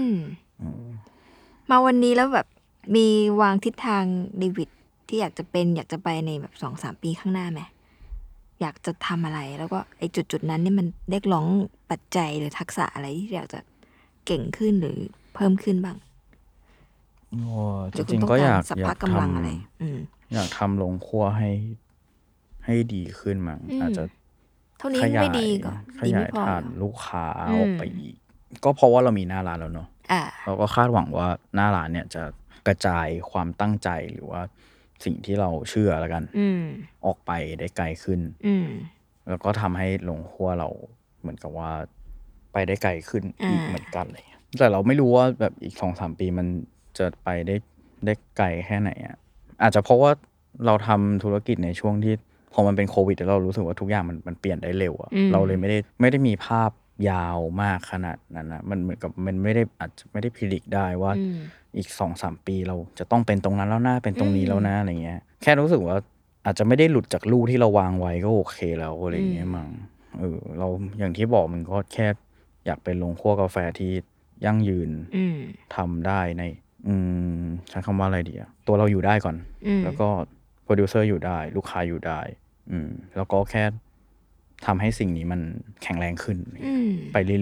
มาวันนี้แล้วแบบมีวางทิศทางเดวิดที่อยากจะเป็นอยากจะไปในแบบสองสามปีข้างหน้าไหมอยากจะทำอะไรแล้วก็ไอ้จุดๆนั้นนี่มันเรียกร้องปัจจัยหรือทักษะอะไรที่อยากจะเก่งขึ้นหรือเพิ่มขึ้นบ้างโอ้จริงๆก็อยากอยากทำอยากทำโรงครัวให้ให้ดีขึ้นมั้งอาจจะเท่านี้ไม่ดีก็ขยายฐานลูกค้าออกไปอีกก็เพราะว่าเรามีหน้าร้านแล้วเนาะเราก็คาดหวังว่าหน้าร้านเนี่ยจะกระจายความตั้งใจหรือว่าสิ่งที่เราเชื่อแล้วกันออกไปได้ไกลขึ้นแล้วก็ทำให้โรงครัวเราเหมือนกับว่าไปได้ไกลขึ้นอีกเหมือนกันเลยแต่เราไม่รู้ว่าแบบอีก สองสาม ปีมันจะไปได้ได้ไกลแค่ไหนอ่ะอาจจะเพราะว่าเราทำธุรกิจในช่วงที่พอมันเป็นโควิดแล้วเรารู้สึกว่าทุกอย่างมันมันเปลี่ยนได้เร็วอ่ะเราเลยไม่ได้ไม่ได้มีภาพยาวมากขนาดนั้นนะมันเหมือนกับมันไม่ได้อาจจะไม่ได้พิจิตรได้ว่าอีก สองสาม ปีเราจะต้องเป็นตรงนั้นแล้วนะเป็นตรงนี้แล้วนะอะไรเงี้ยแค่รู้สึกว่าอาจจะไม่ได้หลุดจากลู่ที่เราวางไว้ก็โอเคแล้วอะไรเงี้ยมั้งเออเราอย่างที่บอกมันก็แค่อยากเป็นโรงคั่วกาแฟที่ยั่งยืนทำได้ในอืมใช้คำว่าอะไรดีอะตัวเราอยู่ได้ก่อนแล้วก็โปรดิวเซอร์อยู่ได้ลูกค้าอยู่ได้อืมแล้วก็แค่ทำให้สิ่งนี้มันแข็งแรงขึ้นไปเรื่อยๆ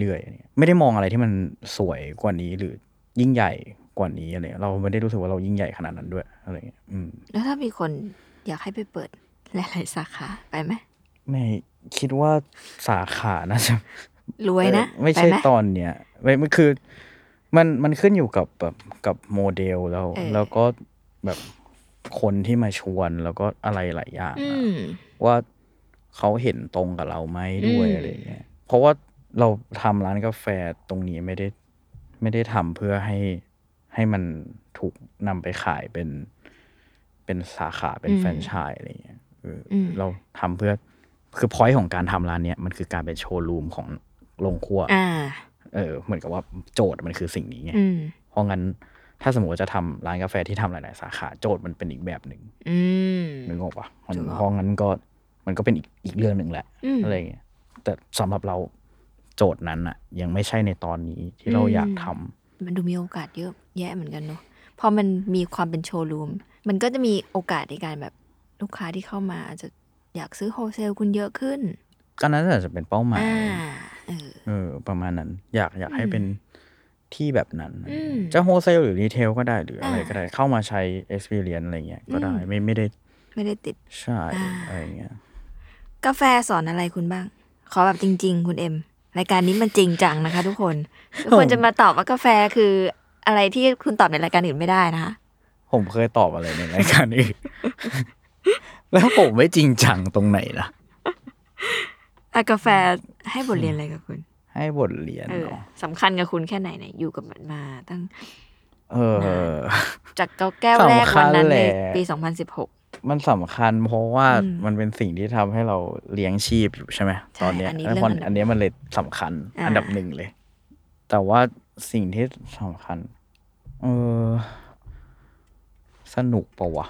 ไม่ได้มองอะไรที่มันสวยกว่านี้หรือยิ่งใหญ่กว่านี้อะไรเราไม่ได้รู้สึกว่าเรายิ่งใหญ่ขนาดนั้นด้วยอะไรเงี้ยอืมแล้วถ้ามีคนอยากให้ไปเปิดหลายๆสาขาไปไหมไม่คิดว่าสาขาน่าจะรวยนะไม่ใช่ตอนเนี้ยไม่มันคือมันมันขึ้นอยู่กับแบบกับโมเดลแล้วแล้วก็แบบคนที่มาชวนแล้วก็อะไรหลายอย่างว่าเขาเห็นตรงกับเราไหมด้วยอะไรเงี้ยเพราะว่าเราทำร้านกาแฟตรงนี้ไม่ได้ไม่ได้ทำเพื่อให้ให้มันถูกนำไปขายเป็นเป็นสาขาเป็นแฟรนไชส์อะไรเงี้ยเราทำเพื่อคือพอยต์ของการทำร้านเนี้ยมันคือการเป็นโชว์รูมของโรงครัวเออเหมือนกับว่าโจทย์มันคือสิ่งนี้ไงเพราะงั้นถ้าสมมติว่าจะทำร้านกาแฟที่ทำหลายๆสาขาโจทย์มันเป็นอีกแบบหนึ่งนึกออกปะเพราะงั้นก็มันก็เป็นอีกอีกเรื่องหนึ่งแหละอะไรเงี้ยแต่สำหรับเราโจทย์นั้นอะยังไม่ใช่ในตอนนี้ที่เราอยากทำมันดูมีโอกาสเยอะแยะเหมือนกันเนาะพอมันมีความเป็นโชว์รูมมันก็จะมีโอกาสในการแบบลูกค้าที่เข้ามาอาจจะอยากซื้อโฮเซลคุณเยอะขึ้นก็นั้นอาจจะเป็นเป้าหมายเออประมาณนั้นอยากอยากให้เป็นที่แบบนั้นจะโฮเซลหรือรีเทลก็ได้หรืออะไรก็ได้เข้ามาใช้ experience อะไรเงี้ยก็ได้ไม่ไม่ได้ไม่ได้ติดใช่อะไรเงี้ยกาแฟสอนอะไรคุณบ้างขอแบบจริงๆคุณเอ็มรายการนี้มันจริงจังนะคะทุกคนทุกคนจะมาตอบว่ากาแฟคืออะไรที่คุณตอบในรายการอื่นไม่ได้นะคะผมเคยตอบอะไรในรายการอื่นแล้วผมไม่จริงจังตรงไหนล่ะอะกาแฟให้บทเรียนอะไรกับคุณให้บทเรียนเนาะสำคัญกับคุณแค่ไหนเนี่ยอยู่กับมันมาตั้งเออจากแก้วแรกวันนั้นในปีสองพันสิบหกมันสำคัญเพราะว่ามันเป็นสิ่งที่ทำให้เราเลี้ยงชีพอยู่ใช่ไหมตอนนี้อันนี้มันเลยสำคัญอันดับหนึ่งเลยแต่ว่าสิ่งที่สำคัญเออสนุกปะวะ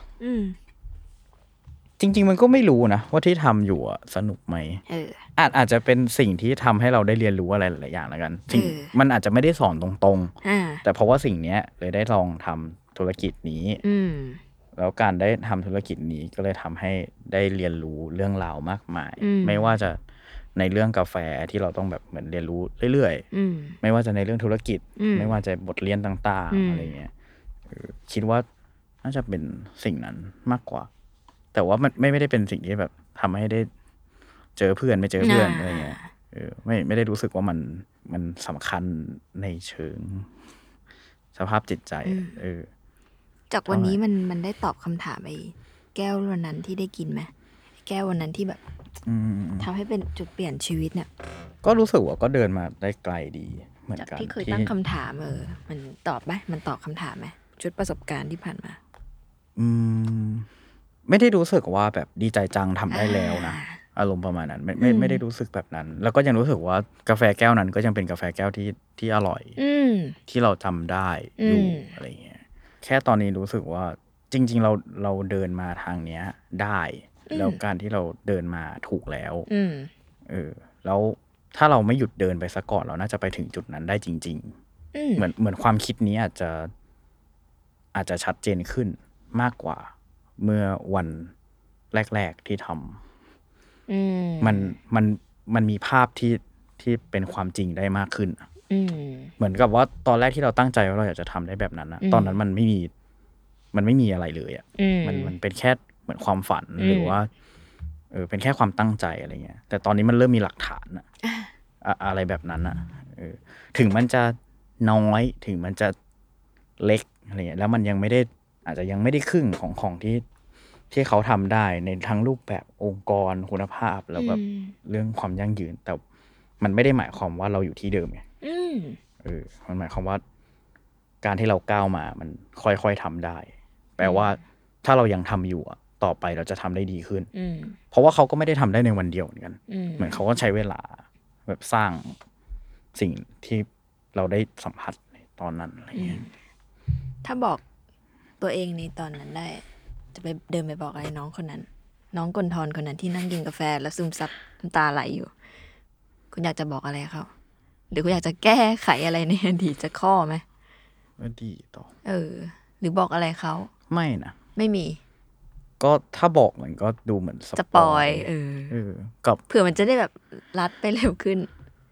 จริงๆมันก็ไม่รู้นะว่าที่ทำอยู่อะสนุกไหมเอออาจอาจจะเป็นสิ่งที่ทำให้เราได้เรียนรู้อะไรหลายอย่างแล้วกันสิ่งมันอาจจะไม่ได้สอนตรงๆแต่เพราะว่าสิ่งนี้เลยได้ลองทำธุรกิจนี้แล้วการได้ทำธุรกิจนี้ก็เลยทำให้ได้เรียนรู้เรื่องราวมากมายไม่ว่าจะในเรื่องกาแฟที่เราต้องแบบเหมือนเรียนรู้เรื่อยๆไม่ว่าจะในเรื่องธุรกิจไม่ว่าจะบทเรียนต่างๆอะไรเงี้ยคิดว่าน่าจะเป็นสิ่งนั้นมากกว่าแต่ว่ามันไม่ไม่ได้เป็นสิ่งที่แบบทำให้ได้เจอเพื่อนไม่เจอเพื่อนอะไรเงี้ยเออไม่ไม่ได้รู้สึกว่ามันมันสำคัญในเชิงสภาพจิตใจเออจากวันนี้มันมันได้ตอบคำถามไอ้แก้ววันนั้นที่ได้กินไหมแก้ววันนั้นที่แบบทำให้เป็นจุดเปลี่ยนชีวิตเนี่ยก็รู้สึกว่าก็เดินมาได้ไกลดีเหมือนกันที่เคยตั้งคำถามเออมันตอบไหมมันตอบคำถามไหมชุดประสบการณ์ที่ผ่านมาอืมไม่ได้รู้สึกว่าแบบดีใจจังทำได้แล้วนะอารมณ์ประมาณนั้นไม่ไม่ไม่ได้รู้สึกแบบนั้นแล้วก็ยังรู้สึกว่ากาแฟแก้วนั้นก็ยังเป็นกาแฟแก้วที่ที่อร่อยที่เราจำได้อยู่อะไรเงี้ยแค่ตอนนี้รู้สึกว่าจริงๆเราเราเดินมาทางเนี้ยได้แล้วการที่เราเดินมาถูกแล้วเออแล้วถ้าเราไม่หยุดเดินไปซะก่อนเราน่าจะไปถึงจุดนั้นได้จริงๆเหมือนเหมือนความคิดนี้อาจจะอาจจะชัดเจนขึ้นมากกว่าเมื่อวันแรกๆที่ทำมันมันมันมีภาพที่ที่เป็นความจริงได้มากขึ้นเหมือนกับว่าตอนแรกที่เราตั้งใจว่าเราอยากจะทำได้แบบนั้นนะตอนนั้นมันไม่มีมันไม่มีอะไรเลยอ่ะมันมันเป็นแค่เหมือนความฝันหรือว่าเออเป็นแค่ความตั้งใจอะไรเงี้ยแต่ตอนนี้มันเริ่มมีหลักฐานอะอะไรแบบนั้นอ่ะเออถึงมันจะน้อยถึงมันจะเล็กอะไรเงี้ยแล้วมันยังไม่ได้อาจจะยังไม่ได้ครึ่งของของที่ที่เขาทำได้ในทั้งรูปแบบองค์กรคุณภาพแล้วแบบเรื่องความยั่งยืนแต่มันไม่ได้หมายความว่าเราอยู่ที่เดิมไงเออมันหมายความว่าการที่เราก้าวมามันค่อยๆทำได้แปลว่าถ้าเรายังทำอยู่ต่อไปเราจะทำได้ดีขึ้นเพราะว่าเขาก็ไม่ได้ทำได้ในวันเดียวเหมือนกันเหมือนเขาก็ใช้เวลาแบบสร้างสิ่งที่เราได้สัมผัสในตอนนั้นอะไรเงี้ยถ้าบอกตัวเองในตอนนั้นได้จะไปเดินไปบอกอะไรน้องคนนั้นน้องกลทรคนนั้นที่นั่งกินกาแฟแล้วซึมซับน้ำตาไหลอยู่คุณอยากจะบอกอะไรเขาหรือคุณอยากจะแก้ไขอะไรในอดีตจะข้อไหมอดีตต่อเออหรือบอกอะไรเขาไม่นะไม่มีก็ถ้าบอกมันก็ดูเหมือนสปอยเออเออกับเผื่อมันจะได้แบบรัดไปเร็วขึ้น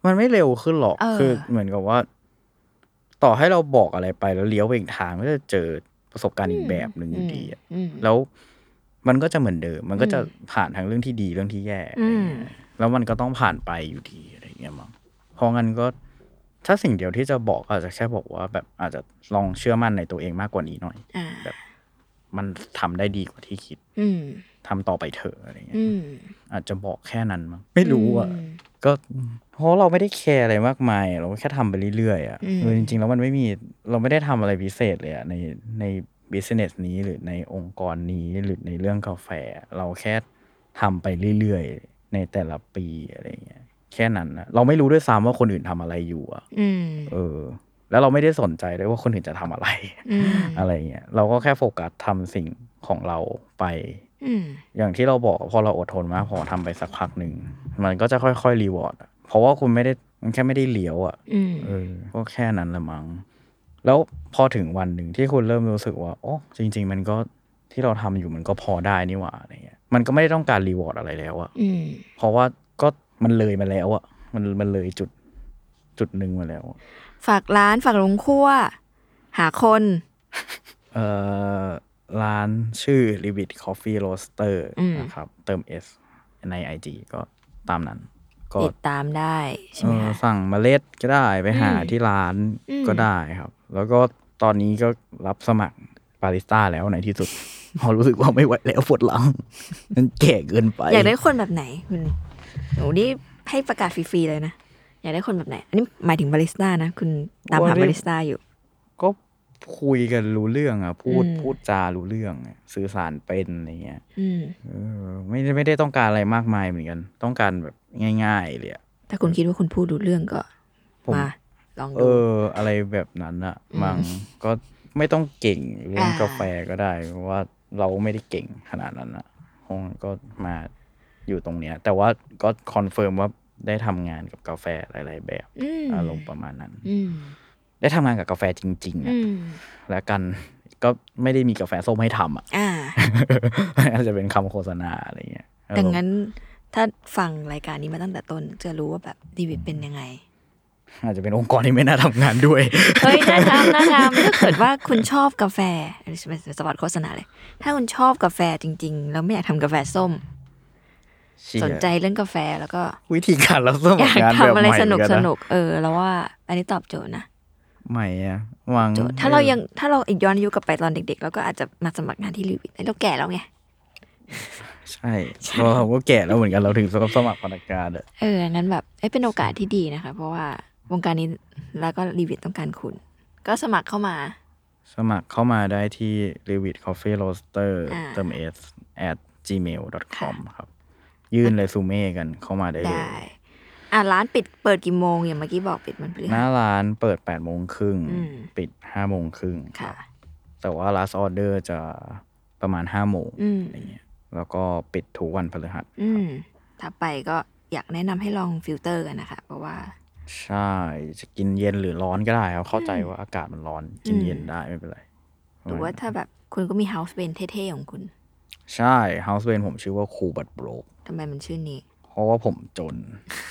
มันไม่เร็วขึ้นหรอกเออคือเหมือนกับว่า ต่อให้เราบอกอะไรไปแล้วเลี้ยวไปอีกทางก็จะเจอประสบการณ์อีกแบบหนึ่งอยู่ดีอะอืมแล้วมันก็จะเหมือนเดิม มันก็จะผ่านทั้งเรื่องที่ดีเรื่องที่แย่อะไรเงี้ยแล้วมันก็ต้องผ่านไปอยู่ดีอะไรเงี้ยมั้งเพราะงั้นก็ถ้าสิ่งเดียวที่จะบอกอาจจะแค่บอกว่าแบบอาจจะลองเชื่อมั่นในตัวเองมากกว่านี้หน่อยอ่าแบบมันทำได้ดีกว่าที่คิดอืมทำต่อไปเถอะอะไรเงี้ยอืมอาจจะบอกแค่นั้นมั้งไม่รู้อ่ะก็เพราะเราไม่ได้แคร์อะไรมากมายเราแค่ทำไปเรื่อยๆอ่ะเออจริงๆแล้วมันไม่มีเราไม่ได้ทำอะไรพิเศษเลยอ่ะในใน business นี้หรือในองค์กรนี้หรือในเรื่องกาแฟเราแค่ทำไปเรื่อยๆในแต่ละปีอะไรเงี้ยแค่นั้นนะเราไม่รู้ด้วยซ้ำว่าคนอื่นทำอะไรอยู่อ่ะเออแล้วเราไม่ได้สนใจด้วยว่าคนอื่นจะทำอะไรอะไรเงี้ยเราก็แค่โฟกัสทำสิ่งของเราไปอย่างที่เราบอกพอเราอดทนมากพอทำไปสักพักหนึ่งมันก็จะค่อยๆรีวอร์ดเพราะว่าคุณไม่ได้มันแค่ไม่ได้เลี้ยวอ่ะเออก็แค่นั้นละมั้งแล้วพอถึงวันหนึ่งที่คุณเริ่มรู้สึกว่าโอ้จริงๆมันก็ที่เราทำอยู่มันก็พอได้นี่หว่าอะไรเงี้ยมันก็ไม่ได้ต้องการรีวอร์ดอะไรแล้วอ่ะเพราะว่าก็มันเลยมาแล้วอ่ะมันมันเลยจุดจุดหนึ่งมาแล้วฝากร้านฝากลงคั่วหาคนเอ่อร้านชื่อ Rivit Coffee Roaster นะครับเติม S ใน ไอ จี ก็ตามนั้นก็ติดตามได้ใช่ไหมคะสั่งเมล็ดก็ได้ไปหาที่ร้านก็ได้ครับแล้วก็ตอนนี้ก็รับสมัครบาริสต้าแล้วในที่สุดพอรู้สึกว่าไม่ไหวแล้วปวดหลังมันแก่เกินไปอยากได้คนแบบไหนคุณหนูนี่ให้ประกาศฟรีๆเลยนะอยากได้คนแบบไหนอันนี้หมายถึงบาริสต้านะคุณตามหาบาริสต้าอยู่ก็คุยกันรู้เรื่องอ่ะพูดพูดจารู้เรื่องสื่อสารเป็นอะไรเงี้ยเออไม่ได้ไม่ได้ต้องการอะไรมากมายเหมือนกันต้องการแบบง่ายๆเลยถ้าคุณคิดว่าคุณพูดรู้เรื่องก็มาลองดูเอออะไรแบบนั้นอ่ะมั้งก็ไม่ต้องเก่งเรื่องกาแฟก็ได้เพราะว่าเราไม่ได้เก่งขนาดนั้นอ่ะคงก็มาอยู่ตรงเนี้ยแต่ว่าก็คอนเฟิร์มว่าได้ทำงานกับกาแฟหลายๆแบบอารมณ์ประมาณนั้นได้ทำงานกับกาแฟจริงๆอ่ะและกันก็ไม่ได้มีกาแฟส้มให้ทำอ่ะอาจจะเป็นคำโฆษณาอะไรเงี้ยดังนั้นถ้าฟังรายการนี้มาตั้งแต่ต้นจะรู้ว่าแบบดีวิดเป็นยังไงอาจจะเป็นองค์กรที่ไม่น่าทำงานด้วยเฮ้ยน่าทำน่าทำถ้าเกิดว่าคุณชอบกาแฟสปอตโฆษณาเลยถ้าคุณชอบกาแฟจริงๆแล้วไม่อยากทำกาแฟส้มสนใจเรื่องกาแฟแล้วก็วิธีการรับสมัครงานแบบใหม่อยากทำอะไรสนุกสนุกเออแล้วว่าอันนี้ตอบโจทย์นะใหม่อะวางถ้าเรายังถ้าเราย้อนยุคกลับไปตอนเด็กๆเราก็อาจจะมาสมัครงานที่รีวิทเราแก่แล้วไงใช่เพราะเราก็แก่แล้วเหมือนกันเราถึงสมัครพนักงานเอองั้นแบบเป็นโอกาสที่ดีนะคะเพราะว่าวงการนี้แล้วก็รีวิทต้องการคุณก็สมัครเข้ามาสมัครเข้ามาได้ที่ Rivit Coffee Roaster เติม s at gmail dot com ครับยื่นเรซูเม่กันเข้ามาได้เลยอ่ะร้านปิดเปิดกี่โมงอย่างเมื่อกี้บอกปิดมันพฤหัสหน้าร้านเปิดแปดโมงครึ่งปิดห้าโมงครึ่งครับแต่ว่า last order จะประมาณห้าโมงอะไรเงี้ยแล้วก็ปิดทุกวันพฤหัสถ้าไปก็อยากแนะนำให้ลองฟิลเตอร์กันนะคะเพราะว่าใช่จะกินเย็นหรือร้อนก็ได้ครับเข้าใจว่าอากาศมันร้อนกินเย็นได้ไม่เป็นไรหรือว่าถ้าแบบคุณก็มี house blend เท่ๆของคุณใช่ house blend ผมชื่อว่า Cool But Broke ทำไมมันชื่อนี้เพราะว่าผมจน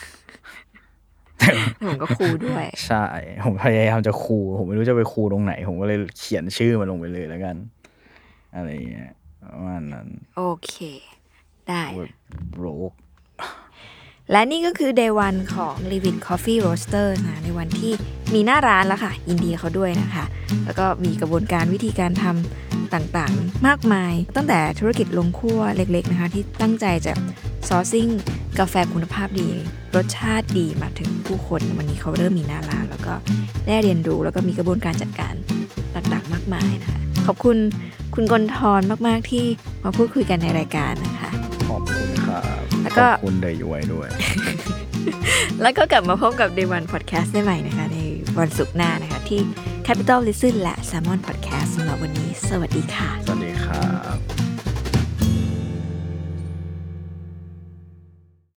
ผมก็คูลด้วยใช่ผมพยายามจะคูลผมไม่รู้จะไปคูลตรงไหนผมก็เลยเขียนชื่อมันลงไปเลยแล้วกันอะไรอย่างเงี้ยประมาณนั้นโอเคได้ broke และนี่ก็คือ day one ของ Rivit Coffee Roaster นะในวันที่มีหน้าร้านแล้วค่ะยินดีเขาด้วยนะคะแล้วก็มีกระบวนการวิธีการทำต่างๆมากมายตั้งแต่ธุรกิจลงคั่วเล็กๆนะคะที่ตั้งใจจะ sourcing กาแฟคุณภาพดีรสชาติดีมาถึงผู้คนวันนี้เขาเริ่มมีหน้าร้านแล้วก็ได้เรียนรู้แล้วก็มีกระบวนการจัดการต่างๆมากมายนะคะขอบคุณคุณกนทรมากๆที่มาพูดคุยกันในรายการนะคะขอบคุณครับแล้วก็ขอบคุณเดย์ย้วยด้วยแล้วก็กลับมาพบกับ Day One Podcast ได้ใหม่นะคะในวันศุกร์หน้านะคะที่ Capital Listen และ Salmon Podcast สำหรับวันนี้สวัสดีค่ะสวัสดีครับ